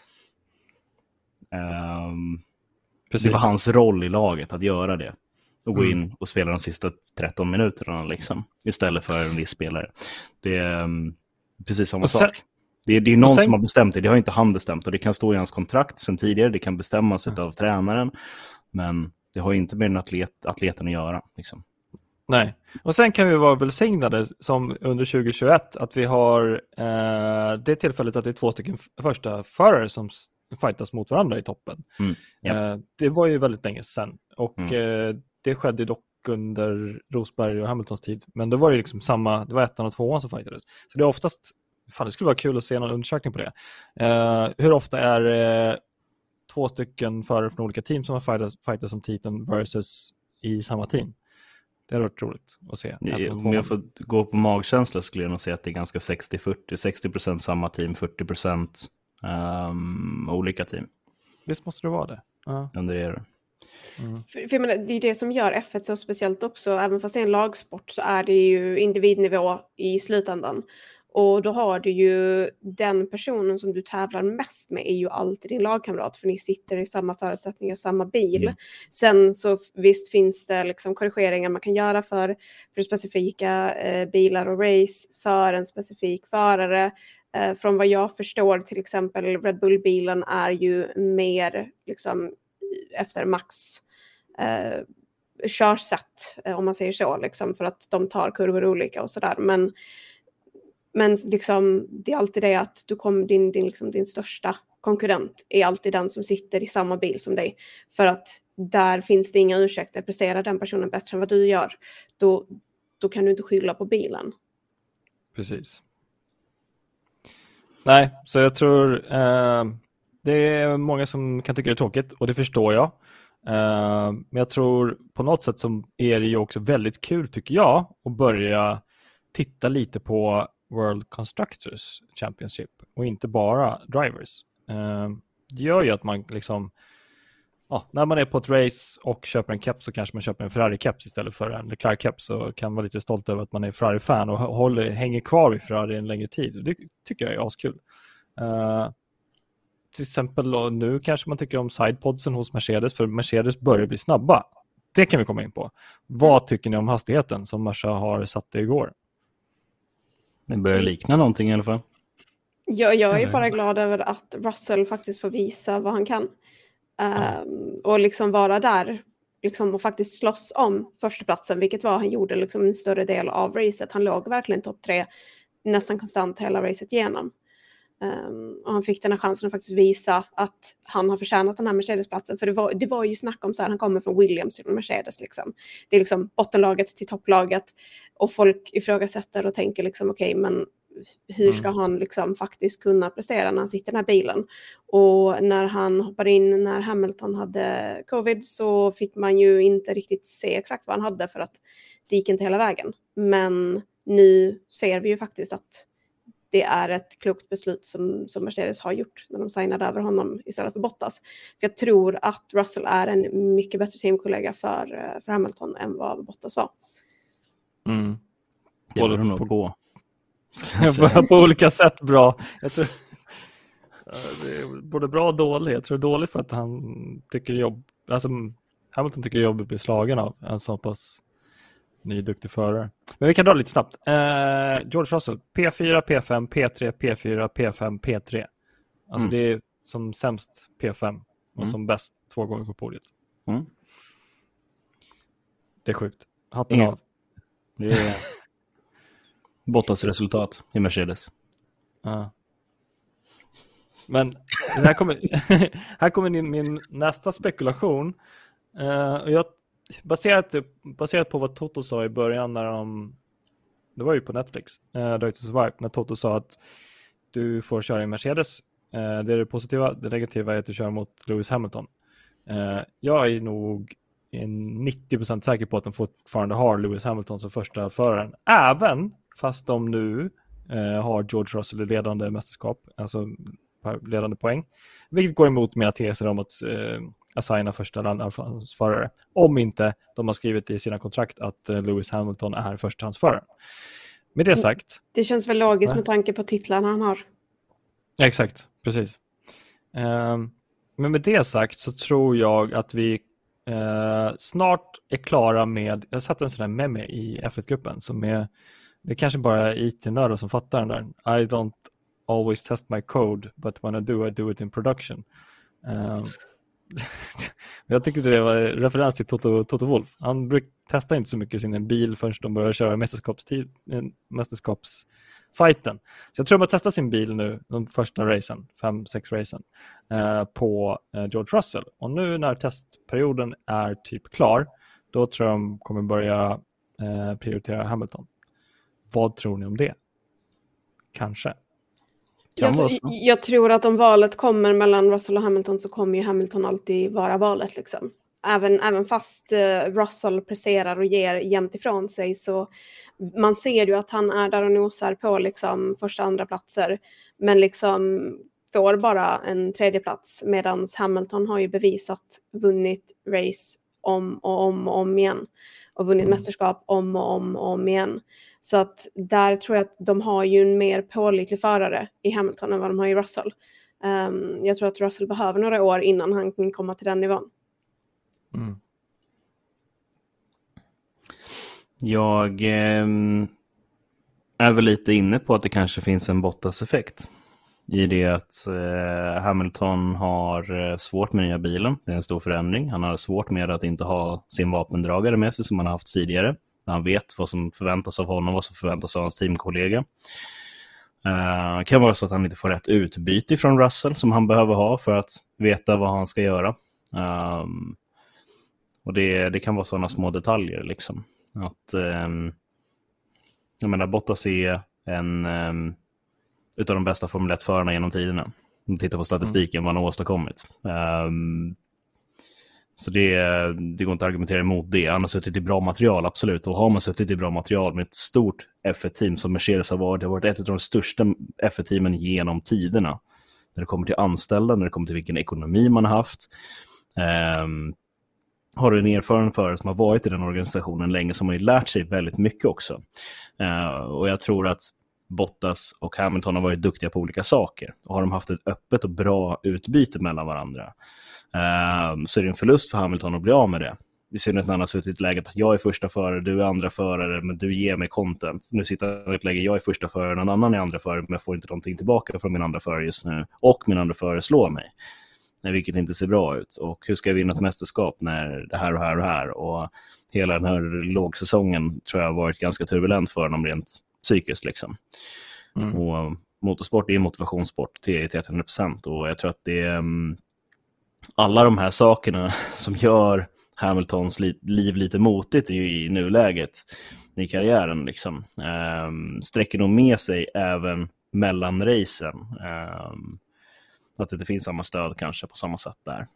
S3: Det var hans roll i laget att göra det. Och gå in och spela de sista 13 minuterna liksom, istället för en viss spelare. Det är precis samma sak. Det är någon som har bestämt det. Det har inte han bestämt, och det kan stå i hans kontrakt sedan tidigare. Det kan bestämmas av tränaren. Men det har inte med den atleten att göra. Liksom.
S1: Nej. Och sen kan vi vara välsignade som under 2021 att vi har det tillfället att det är 2 stycken första förare som fightas mot varandra i toppen. Det var ju väldigt länge sedan. Och det skedde dock under Rosberg och Hamiltons tid. Men då var det liksom det var 1:an och 2:an som fightades. Så det är oftast, det skulle vara kul att se någon undersökning på det. Hur ofta är 2 stycken förare från olika team som har fightats som titeln versus i samma team? Det har varit roligt att se.
S3: Om jag får gå på magkänsla skulle jag nog säga att det är ganska 60-40. 60% samma team, 40% olika team.
S1: Visst måste det vara det.
S3: Ja, det är det.
S2: För jag menar, det är det som gör F1 så speciellt också. Även fast det är en lagsport så är det ju individnivå i slutändan. Och då har du ju den personen som du tävlar mest med är ju alltid din lagkamrat. För ni sitter i samma förutsättningar, samma bil. Sen så visst finns det liksom korrigeringar man kan göra för specifika bilar och race för en specifik förare. Från vad jag förstår, till exempel Red Bull-bilen är ju mer liksom efter Max körsätt, om man säger så, liksom, för att de tar kurvor olika och sådär. Men liksom, det är alltid det att din största konkurrent är alltid den som sitter i samma bil som dig. För att där finns det inga ursäkter. Presterar den personen bättre än vad du gör, då kan du inte skylla på bilen.
S1: Precis. Nej, så jag tror det är många som kan tycka det är tråkigt, och det förstår jag. Men jag tror på något sätt som är det ju också väldigt kul, tycker jag, att börja titta lite på World Constructors Championship och inte bara drivers. Det gör ju att man liksom, när man är på ett race och köper en keps, så kanske man köper en Ferrari-keps istället för en Leclerc-keps, och kan vara lite stolt över att man är Ferrari-fan och hänger kvar i Ferrari en längre tid. Det tycker jag är askul. Till exempel nu kanske man tycker om sidepodsen hos Mercedes, för Mercedes börjar bli snabba. Det kan vi komma in på. Vad tycker ni om hastigheten som Merca har satt det igår?
S3: Det börjar likna någonting i alla fall.
S2: Jag är bara glad över att Russell faktiskt får visa vad han kan. Och liksom vara där liksom, och faktiskt slåss om förstaplatsen, vilket han gjorde liksom en större del av racet. Han låg verkligen topp 3 nästan konstant hela racet igenom. Och han fick den här chansen att faktiskt visa att han har förtjänat den här Mercedes-platsen. För det var ju snack om så här, han kommer från Williams till Mercedes liksom. Det är liksom bottenlaget till topplaget, och folk ifrågasätter och tänker liksom okej, men hur ska han liksom faktiskt kunna prestera när han sitter i den här bilen? Och när han hoppade in när Hamilton hade covid, så fick man ju inte riktigt se exakt vad han hade, för att det gick inte hela vägen. Men nu ser vi ju faktiskt att det är ett klokt beslut som Mercedes har gjort när de signade över honom istället för Bottas. För jag tror att Russell är en mycket bättre teamkollega för Hamilton än vad Bottas var.
S3: Det var det nog på.
S1: På olika sätt bra. Jag tror det är både bra och dåligt. Jag tror det är dåligt för att han tycker Hamilton tycker jobbet blir slagen av en så pass ny duktig förare. Men vi kan dra lite snabbt. George Russell, P4, P5, P3, P4, P5, P3. Alltså det är som sämst P5 och som bäst 2 gånger på podiet. Det är sjukt. Hatten av.
S3: Det är Bottas resultat i Mercedes.
S1: Men här kommer min nästa spekulation. Jag baserat på vad Toto sa i början när det var ju på Netflix, Drive to Survive, när Toto sa att du får köra i Mercedes. Det är det positiva. Det negativa är att du kör mot Lewis Hamilton. Jag är nog 90% säker på att de fortfarande har Lewis Hamilton som första föraren. Även fast de nu har George Russell i ledande mästerskap, alltså ledande poäng. Vilket går emot mina teser om att assigna första landansvarare. Om inte de har skrivit i sina kontrakt att Lewis Hamilton är förstahandsförare. Med det sagt.
S2: Det känns väl logiskt med tanke på titlarna han har.
S1: Ja, exakt, precis. Men med det sagt så tror jag att vi snart är klara med, jag satte en sån här meme i F1-gruppen som är, det är kanske bara IT-nördar som fattar den där. I don't always test my code, but when I do it in production. Jag tycker det var referens till Toto Wolff. Han testar inte så mycket sin bil förrän de börjar köra mästerskapsfighten. Så jag tror man testar sin bil nu, de första racen, 5-6 racen, på George Russell. Och nu när testperioden är typ klar, då tror jag de kommer börja prioritera Hamilton. Vad tror ni om det? Kanske.
S2: Jag tror att om valet kommer mellan Russell och Hamilton så kommer ju Hamilton alltid vara valet liksom. Även fast Russell presterar och ger jämnt ifrån sig, så man ser ju att han är där och nosar på liksom första andra platser, men liksom får bara en tredje plats, medan Hamilton har ju bevisat vunnit race om och om igen och vunnit mästerskap om och om igen. Så att där tror jag att de har ju en mer pålitlig förare i Hamilton än vad de har i Russell. Jag tror att Russell behöver några år innan han kan komma till den nivån.
S3: Jag är väl lite inne på att det kanske finns en Bottas-effekt. I det att Hamilton har svårt med nya bilen. Det är en stor förändring. Han har svårt med att inte ha sin vapendragare med sig som han har haft tidigare. Han vet vad som förväntas av honom, vad som förväntas av hans teamkollega. Det kan vara så att han inte får rätt utbyte från Russell som han behöver ha för att veta vad han ska göra. Och det kan vara sådana små detaljer liksom. Att jag menar, Bottas är en utav de bästa Formel 1-förarna genom tiderna. Om man tittar på statistiken, vad han har åstadkommit. Så det går inte att argumentera emot det. Han har suttit i bra material, absolut. Och har man suttit i bra material med ett stort F1-team som Mercedes har varit, det har varit ett av de största F1-teamen genom tiderna. När det kommer till anställda, när det kommer till vilken ekonomi man har haft. Har du en erfaren förare som har varit i den organisationen länge, som har ju lärt sig väldigt mycket också. Och jag tror att Bottas och Hamilton har varit duktiga på olika saker. Och har de haft ett öppet och bra utbyte mellan varandra, så är det en förlust för Hamilton att bli av med det. I synnerhet när han har suttit i ett läge att jag är första förare, du är andra förare, men du ger mig content. Nu sitter han i ett läge, jag är första förare, någon annan är andra förare, men jag får inte någonting tillbaka från min andra förare just nu. Och min andra förare slår mig. Vilket inte ser bra ut. Och hur ska jag vinna ett mästerskap när det här och här och här? Och hela den här lågsäsongen tror jag har varit ganska turbulent för honom rent psykiskt liksom. Och motorsport är en motivationssport till 100%. Och jag tror att det är alla de här sakerna som gör Hamiltons liv lite motigt i nuläget i karriären liksom. Sträcker nog med sig även mellan racen. Att det inte finns samma stöd kanske på samma sätt där.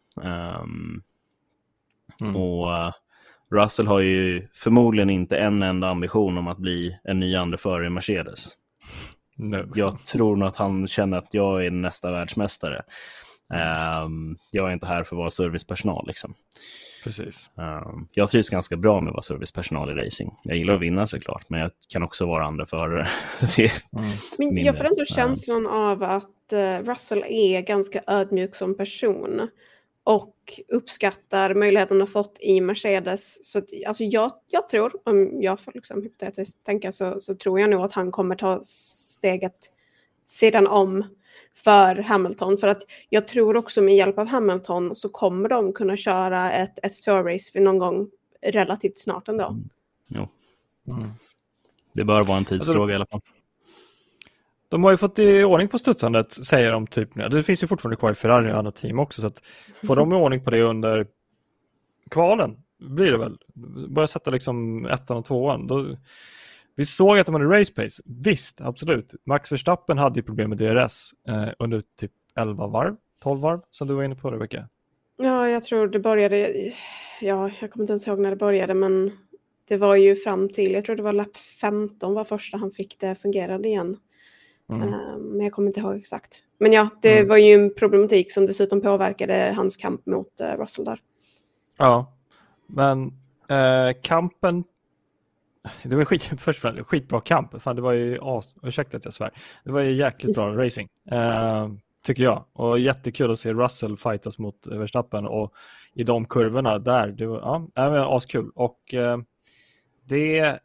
S3: Och Russell har ju förmodligen inte en enda ambition om att bli en ny andra förare i Mercedes.
S1: No.
S3: Jag tror nog att han känner att jag är nästa världsmästare. Jag är inte här för att vara servicepersonal liksom.
S1: Precis.
S3: Jag trivs ganska bra med att vara servicepersonal i racing. Jag gillar att vinna såklart, men jag kan också vara andra förare.
S2: Men jag får ändå känslan av att Russell är ganska ödmjuk som person och uppskattar möjligheten att fått i Mercedes. Så att, alltså jag tror, om jag får liksom hypotetiskt tänka, så tror jag nog att han kommer ta steget sedan om för Hamilton. För att jag tror också med hjälp av Hamilton så kommer de kunna köra ett S2-race för någon gång relativt snart ändå.
S3: Jo. Det bör vara en tidsfråga i alla fall.
S1: De har ju fått i ordning på studsandet, säger de typ. Det finns ju fortfarande kvar i Ferrari och andra team också. Så att får de i ordning på det under kvalen, blir det väl. Börja sätta liksom 1 och 2. Vi såg att de hade race pace. Visst, absolut. Max Verstappen hade ju problem med DRS under typ 11 varv, 12 varv, som du var inne på, Rebecca.
S2: Ja, jag tror det började... Ja, jag kommer inte ens ihåg när det började, men det var ju fram till... Jag tror det var lapp 15 var första han fick det fungerade igen. Men jag kommer inte ihåg exakt. Men ja, det var ju en problematik som dessutom påverkade hans kamp mot Russell där.
S1: Ja, men kampen... Det var skitbra kamp. Fan, det var ju ursäkta att jag svär. Det var ju jäkligt bra racing. Tycker jag. Och jättekul att se Russell fightas mot Verstappen. Och i de kurvorna där. Det var askul. Och det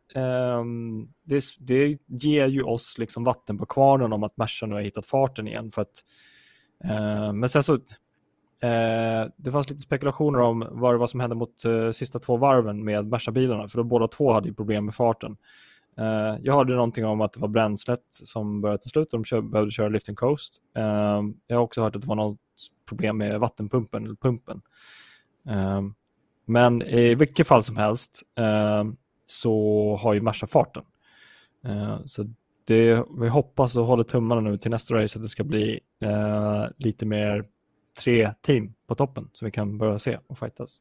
S1: ger ju oss liksom vatten på kvarnen om att Merca nu har hittat farten igen. För att, men sen så... det fanns lite spekulationer om vad som hände mot sista 2 varven med Merca-bilarna, för då båda 2 hade ju problem med farten. Jag hörde någonting om att det var bränslet som började till slut och de behövde köra lift and coast. Jag har också hört att det var något problem med vattenpumpen eller pumpen. Men i vilket fall som helst så har ju Merca farten. Så vi hoppas och håller tummarna nu till nästa race att det ska bli lite mer 3 team på toppen så vi kan börja se och fightas.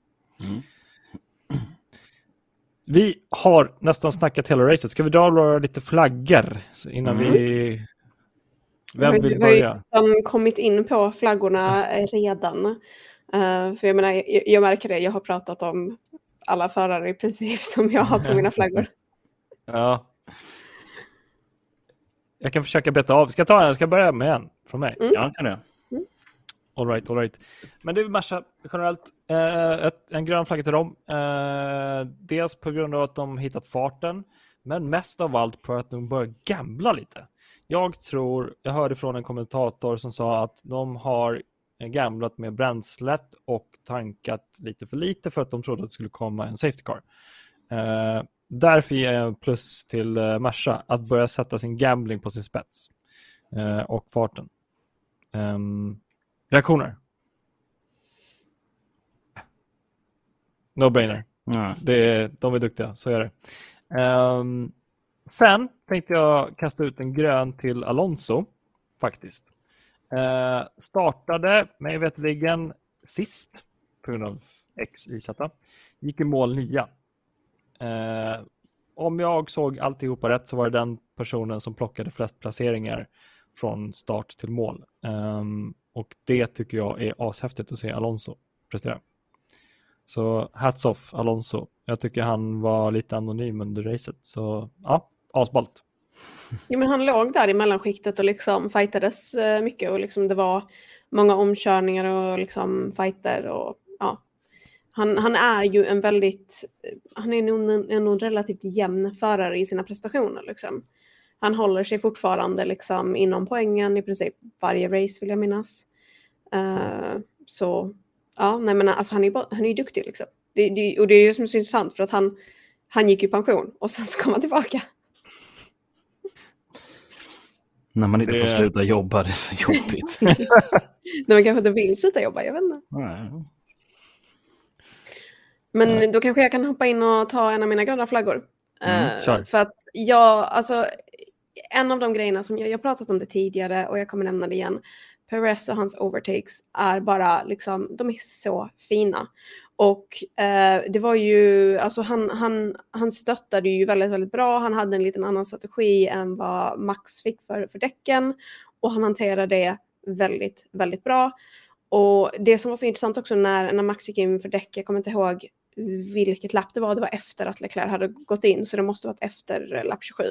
S1: Vi har nästan snackat hela racet. Ska vi dra lite flaggor innan vi... Vem vill börja?
S2: Jag har kommit in på flaggorna redan. För jag menar, jag märker det. Jag har pratat om alla förare i princip som jag har på mina flaggor.
S1: Ja. Jag kan försöka beta av. Ska jag börja med en från mig?
S3: Ja, kan jag.
S1: All right. Men det är Merca generellt en grön flagga till dem. Dels på grund av att de hittat farten, men mest av allt på att de börjar gambla lite. Jag hörde från en kommentator som sa att de har gamblat med bränslet och tankat lite för lite för att de trodde att det skulle komma en safety car. Därför ger jag plus till Merca att börja sätta sin gambling på sin spets och farten. Reaktioner? No-brainer. De är duktiga, så är det. Sen tänkte jag kasta ut en grön till Alonso, faktiskt. Startade mig vetligen sist på grund av XYZ. Gick i mål 9. Om jag såg alltihopa rätt så var det den personen som plockade flest placeringar från start till mål. Och det tycker jag är ashäftigt att se Alonso prestera. Så hats off Alonso. Jag tycker han var lite anonym under racet. Så ja, asballt.
S2: Ja, men han låg där i mellanskiktet och liksom fightades mycket. Och liksom det var många omkörningar och liksom fighter. Och, ja. Han är ju en relativt jämn förare i sina prestationer. Liksom. Han håller sig fortfarande liksom inom poängen i princip varje race, vill jag minnas. Så ja, nej, men alltså han är ju duktig liksom. Och det är ju som är så intressant för att han gick i pension och sen så kom han tillbaka.
S3: När man inte får sluta jobba, det är så jobbigt.
S2: När man kanske inte vill sluta jobba, jag vet inte.
S3: Nej.
S2: Men då kanske jag kan hoppa in och ta en av mina gröna flaggor. För att en av de grejerna som jag pratat om det tidigare och jag kommer nämna det igen. Perez och hans overtakes är bara liksom, de är så fina. Och det var ju, alltså han stöttade ju väldigt, väldigt bra. Han hade en liten annan strategi än vad Max fick för däcken. Och han hanterade det väldigt, väldigt bra. Och det som var så intressant också när Max gick in för däck, jag kommer inte ihåg vilket lapp det var efter att Leclerc hade gått in. Så det måste varit efter lapp 27.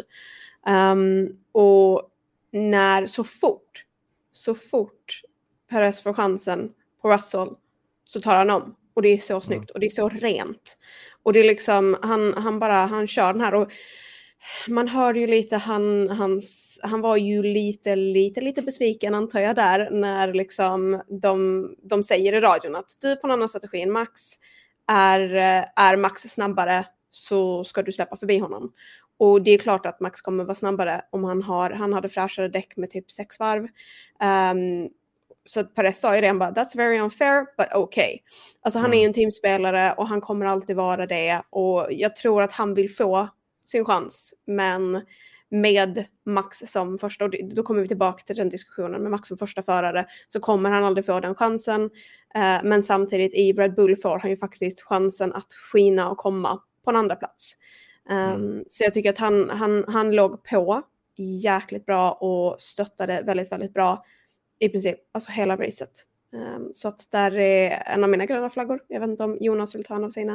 S2: Och när så fort Perez får chansen på Russell så tar han om. Och det är så snyggt och det är så rent. Och det är liksom, han kör den här och man hörde ju lite, han var ju lite besviken antar jag där när liksom de säger i radion att du på en annan strategi än Max är Max snabbare så ska du släppa förbi honom. Och det är klart att Max kommer vara snabbare om han hade fräschare däck med typ 6 varv. Så att Perez sa ju det, han bara, that's very unfair, but okay. Alltså han är ju en teamspelare och han kommer alltid vara det. Och jag tror att han vill få sin chans. Men med Max som första, och då kommer vi tillbaka till den diskussionen, med Max som första förare så kommer han aldrig få den chansen. Men samtidigt i Red Bull får han ju faktiskt chansen att skina och komma på en andra plats. Så jag tycker att han låg på jäkligt bra och stöttade väldigt, väldigt bra i princip, alltså hela racet. Så att där är en av mina gröna flaggor. Jag vet inte om Jonas vill ta en av sina.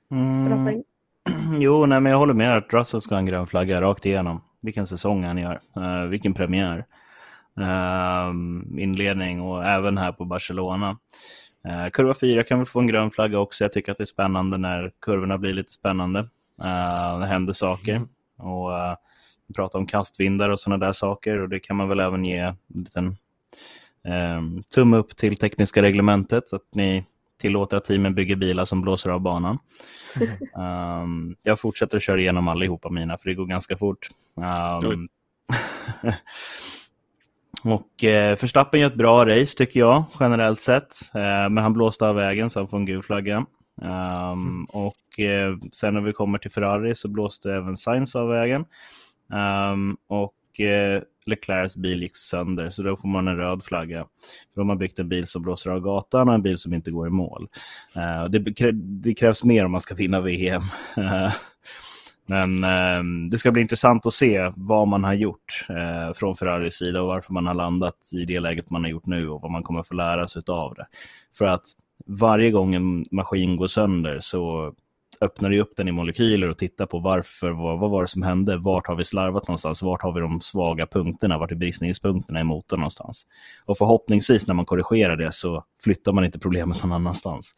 S3: Jo, nej, men jag håller med att Russell ska ha en grön flagga rakt igenom. Vilken säsong han gör. Vilken premiär. Inledning och även här på Barcelona. Kurva 4 kan vi få en grön flagga också. Jag tycker att det är spännande när kurvorna blir lite spännande. Det händer saker. Och vi pratar om kastvindar och sådana där saker. Och det kan man väl även ge en liten tumme upp till tekniska reglementet så att ni tillåter att teamen bygger bilar som blåser av banan. Jag fortsätter att köra igenom allihopa mina för det går ganska fort. Och Verstappen gör ett bra race tycker jag generellt sett. Men han blåste av vägen så han får en gul flagga. Och sen när vi kommer till Ferrari så blåste även Sainz av vägen. Och Leclercs bil gick sönder så då får man en röd flagga. För de har byggt en bil som blåser av gatan och en bil som inte går i mål. Det krävs mer om man ska vinna VM. Men det ska bli intressant att se vad man har gjort från Ferraris sida och varför man har landat i det läget man har gjort nu och vad man kommer få lära sig av det. För att varje gång en maskin går sönder så öppnar du upp den i molekyler och tittar på vad var det som hände, vart har vi slarvat någonstans, vart har vi de svaga punkterna, vart är bristningspunkterna i motorn någonstans. Och förhoppningsvis när man korrigerar det så flyttar man inte problemet någon annanstans.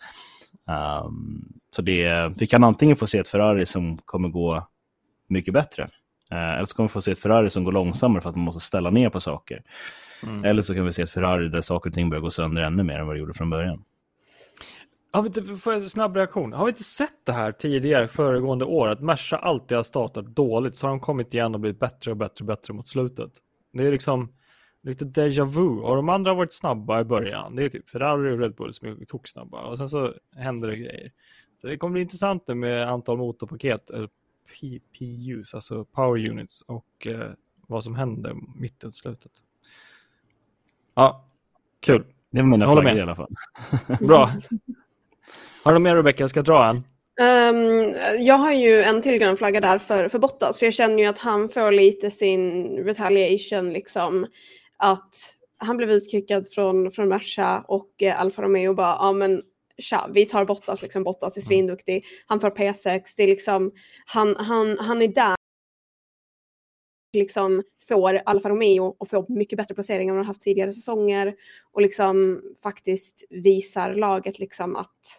S3: Så vi kan antingen få se ett Ferrari som kommer gå mycket bättre Eller så kommer vi få se ett Ferrari som går långsammare för att man måste ställa ner på saker. Eller så kan vi se ett Ferrari där saker och ting börjar gå sönder ännu mer än vad det gjorde från början.
S1: Får jag en snabb reaktion? Har vi inte sett det här tidigare föregående år? Att Merca alltid har startat dåligt, så har de kommit igen och blivit bättre och bättre och bättre mot slutet. Det är liksom lite déjà vu. Och de andra har varit snabba i början. Det är typ Ferrari och Red Bull som är toksnabba. Och sen så händer det grejer. Så det kommer bli intressant med antal motorpaket, eller PPUs, alltså power units, och vad som händer mitt i slutet. Ja, kul.
S3: Det var mina flaggor i alla fall.
S1: Bra. Har du med, Rebecca? Jag ska dra en.
S2: Jag har ju en till grön flagga där för Bottas. För jag känner ju att han får lite sin retaliation, liksom. Att han blev utkickad från Merca och Alfa Romeo bara, ja men tja, vi tar Bottas, liksom. Bottas är svinduktig. Han får P6. Det är liksom, han är där, liksom, får Alfa Romeo och får mycket bättre placeringar än man har haft tidigare säsonger, och liksom faktiskt visar laget, liksom, att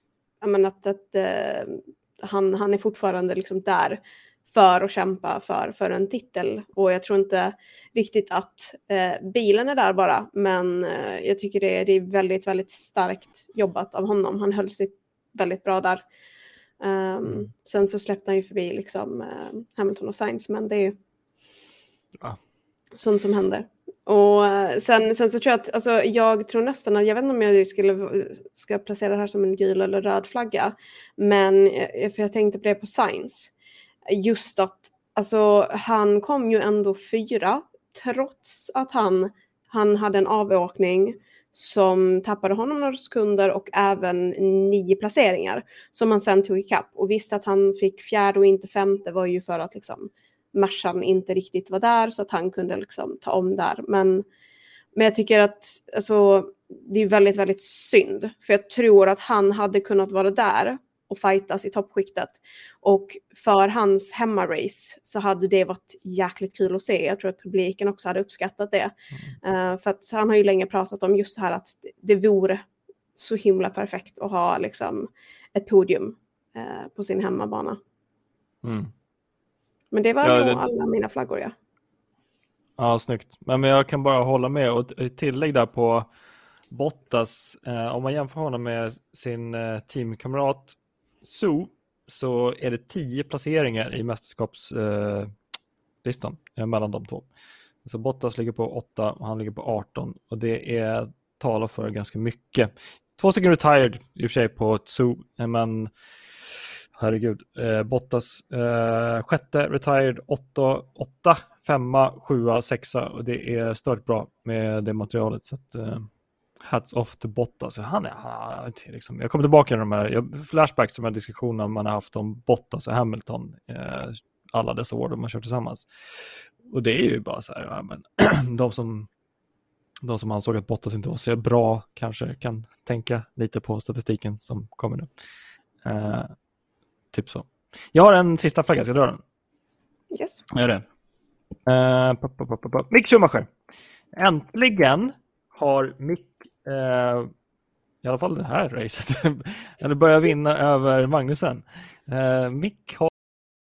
S2: han är fortfarande, liksom, där för att kämpa för en titel. Och jag tror inte riktigt att bilen är där bara, men jag tycker det är väldigt, väldigt starkt jobbat av honom. Han höll sig väldigt bra där. Sen så släppte han ju förbi, liksom, Hamilton och Sainz, men det är sånt som händer. Och sen så tror jag att, alltså, jag tror nästan att, jag vet inte om jag ska placera det här som en gul eller röd flagga, men för jag tänkte på det på Sainz, just att, alltså, han kom ju ändå 4 trots att han hade en avåkning som tappade honom några sekunder och även 9 placeringar som han sen tog i kapp. Och visst att han fick 4:e och inte 5:e var ju för att, liksom, Mercan inte riktigt var där, så att han kunde, liksom, ta om där. Men jag tycker att, alltså, det är väldigt, väldigt synd. För jag tror att han hade kunnat vara där och fightas i toppskiktet. Och för hans hemmarace så hade det varit jäkligt kul att se. Jag tror att publiken också hade uppskattat det. För att han har ju länge pratat om just det här att det vore så himla perfekt att ha, liksom, ett podium på sin hemmabana. Men det var nog alla mina flaggor, ja.
S1: Ja, snyggt. Men jag kan bara hålla med, och tillägg där på Bottas. Om man jämför honom med sin teamkamrat Zhou, så är det 10 placeringar i mästerskapslistan mellan de två. Så Bottas ligger på 8 och han ligger på 18, och det talar för ganska mycket. 2 stycken retired i och för sig på Zhou, men herregud, Bottas 6:e retired, 8, 5, 7, 6, och det är stört bra med det materialet, så att hats off till Bottas. Han liksom, jag kommer tillbaka till de här flashbacks, de här diskussionerna man har haft om Bottas och Hamilton alla dessa år de har kört tillsammans. Och det är ju bara så här, men de som ansåg att Bottas inte var så bra kanske kan tänka lite på statistiken som kommer nu. Typ så. Jag har en sista flagga, ska jag dra den?
S2: Yes.
S3: Gör det.
S1: Mick Schumacher. Äntligen har Mick i alla fall det här racet eller börjar vinna över Magnussen. Mick har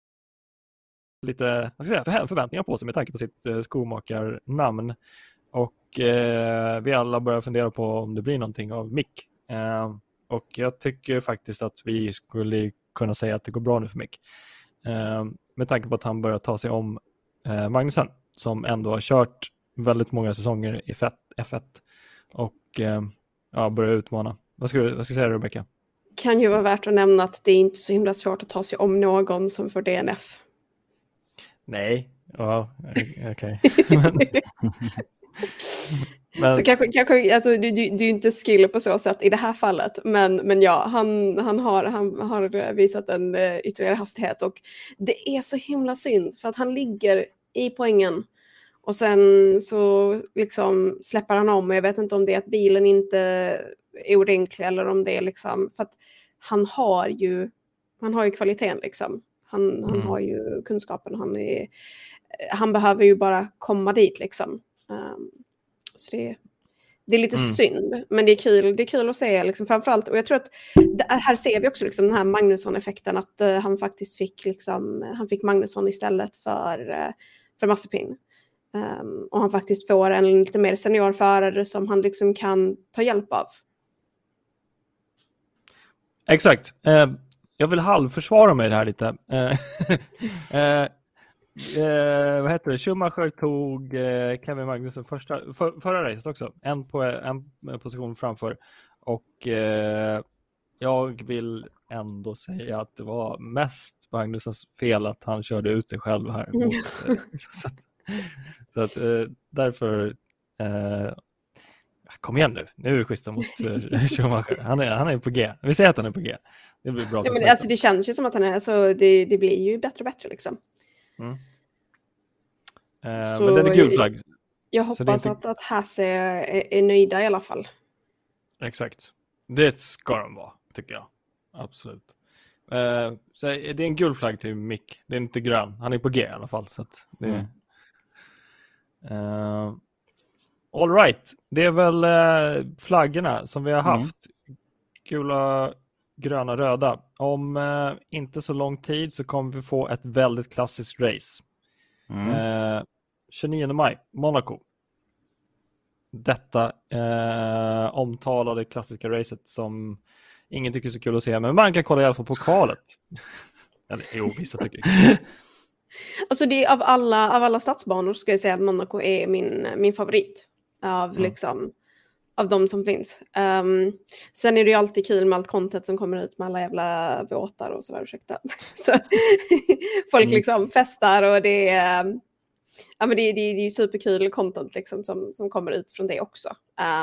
S1: lite, vad ska jag säga, förväntningar på sig med tanke på sitt skomakarnamn, och vi alla börjar fundera på om det blir någonting av Mick. Och jag tycker faktiskt att vi skulle kunna säga att det går bra nu för Mick. Med tanke på att han börjar ta sig om Magnussen, som ändå har kört väldigt många säsonger i F1 och börjar utmana. Vad ska du säga, Rebecca?
S2: Kan ju vara värt att nämna att det är inte så himla svårt att ta sig om någon som får DNF.
S1: Nej, ja, okej. Men...
S2: Så kanske alltså, du är inte skill på så sätt i det här fallet, men ja, han har visat en ytterligare hastighet, och det är så himla synd för att han ligger i poängen och sen så liksom släpper han om, och jag vet inte om det är att bilen inte är ordentlig eller om det är liksom för att han har ju kvaliteten, liksom. Han har ju kunskapen, han behöver ju bara komma dit, liksom. Så Det är lite synd, men det är kul att se liksom, framförallt. Och jag tror att här ser vi också liksom, den här Magnusson-effekten, att han faktiskt fick han fick Magnusson istället för Mazepin. Och han faktiskt får en lite mer senior förare som han liksom kan ta hjälp av.
S1: Exakt. Jag vill halvförsvara mig det här lite. Vad heter det? Schumacher tog Kevin Magnussen förra racet också. En position framför. Och jag vill ändå säga att det var mest Magnussens fel att han körde ut sig själv här. Så att därför kom igen nu. Nu är vi schyssta mot Schumacher. Han är på G. Vi säger att han är på G. Det blir bra.
S2: Ja, men alltså, det känns ju som att han är, alltså, det blir ju bättre och bättre liksom.
S1: Men den är gul flagg.
S2: Jag hoppas att Hasse är nöjda i alla fall.
S1: Exakt. Det ska de vara, tycker jag. Absolut. Så det är en gul flagg till Mick. Det är inte grön. Han är på G i alla fall. Så att det all right. Det är väl flaggorna som vi har haft. Gula, gröna, röda. Om inte så lång tid så kommer vi få ett väldigt klassiskt race. 29 maj, Monaco. Detta omtalade klassiska racet som ingen tycker är så kul att se, men man kan kolla i alla fall på kvalet. Eller vissa tycker jag.
S2: Alltså det av alla stadsbanor ska jag säga att Monaco är min favorit av liksom av de som finns. Sen är det ju alltid kul med allt content som kommer ut med alla jävla båtar och sådär, ursäkta. Så folk liksom festar och det är men det är ju superkul content liksom som kommer ut från det också.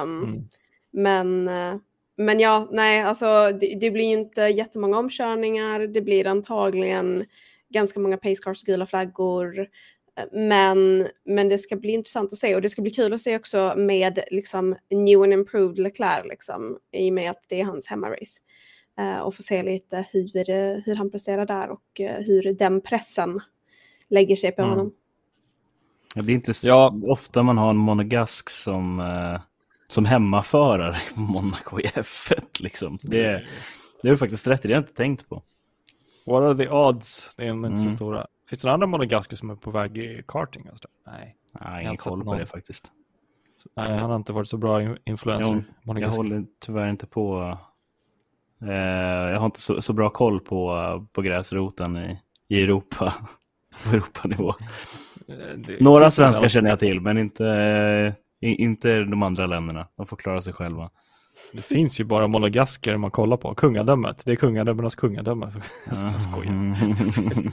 S2: Men ja, nej, alltså det blir ju inte jättemånga omkörningar. Det blir antagligen ganska många pacecars och gula flaggor. Men det ska bli intressant att se. Och det ska bli kul att se också med liksom new and improved Leclerc liksom, i och med att det är hans hemmarace. Och få se lite hur han presterar där och hur den pressen lägger sig på honom.
S3: Ja, det är inte ofta man har en monegask som hemmaförare i Monaco i F1 liksom. Det är faktiskt rätt, det har jag inte tänkt på.
S1: What are the odds? Det är inte så stora. Finns det några andra monegasker som är på väg i karting? Alltså? Nej,
S3: ingen koll på det faktiskt.
S1: Nej, han har inte varit så bra influencer.
S3: Jag håller tyvärr inte på. Jag har inte så bra koll på gräsroten i Europa. På Europanivå. Några svenskar känner jag till, men inte de andra länderna. De får klara sig själva.
S1: Det finns ju bara monegasker man kollar på. Kungadömet. Det är kungadömernas kungadöme. Jag skojar.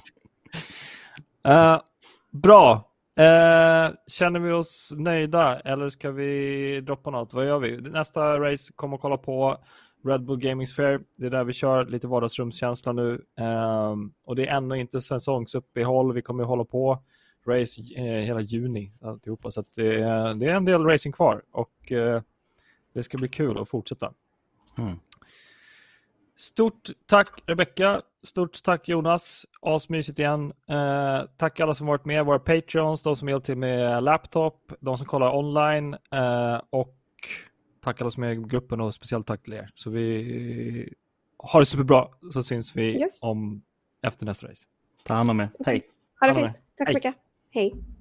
S1: Bra. Känner vi oss nöjda eller ska vi droppa något? Vad gör vi? Nästa race kommer att kolla på Red Bull Gaming Sphere. Det är där vi kör lite vardagsrumskänsla nu. Och det är ännu inte säsongsuppehåll. Vi kommer att hålla på race hela juni alltihopa. Så att det är en del racing kvar. Och det ska bli kul att fortsätta. Stort tack Rebecca. Stort tack Jonas. Asmysigt igen. Tack alla som varit med. Våra Patreons, de som hjälpt till med laptop, de som kollar online. Och tack alla som är i gruppen och speciellt tack till er. Så vi har det superbra. Så syns vi efter nästa race.
S3: Ta hand om er. Hej.
S2: Ha det fint. Tack så mycket. Hej.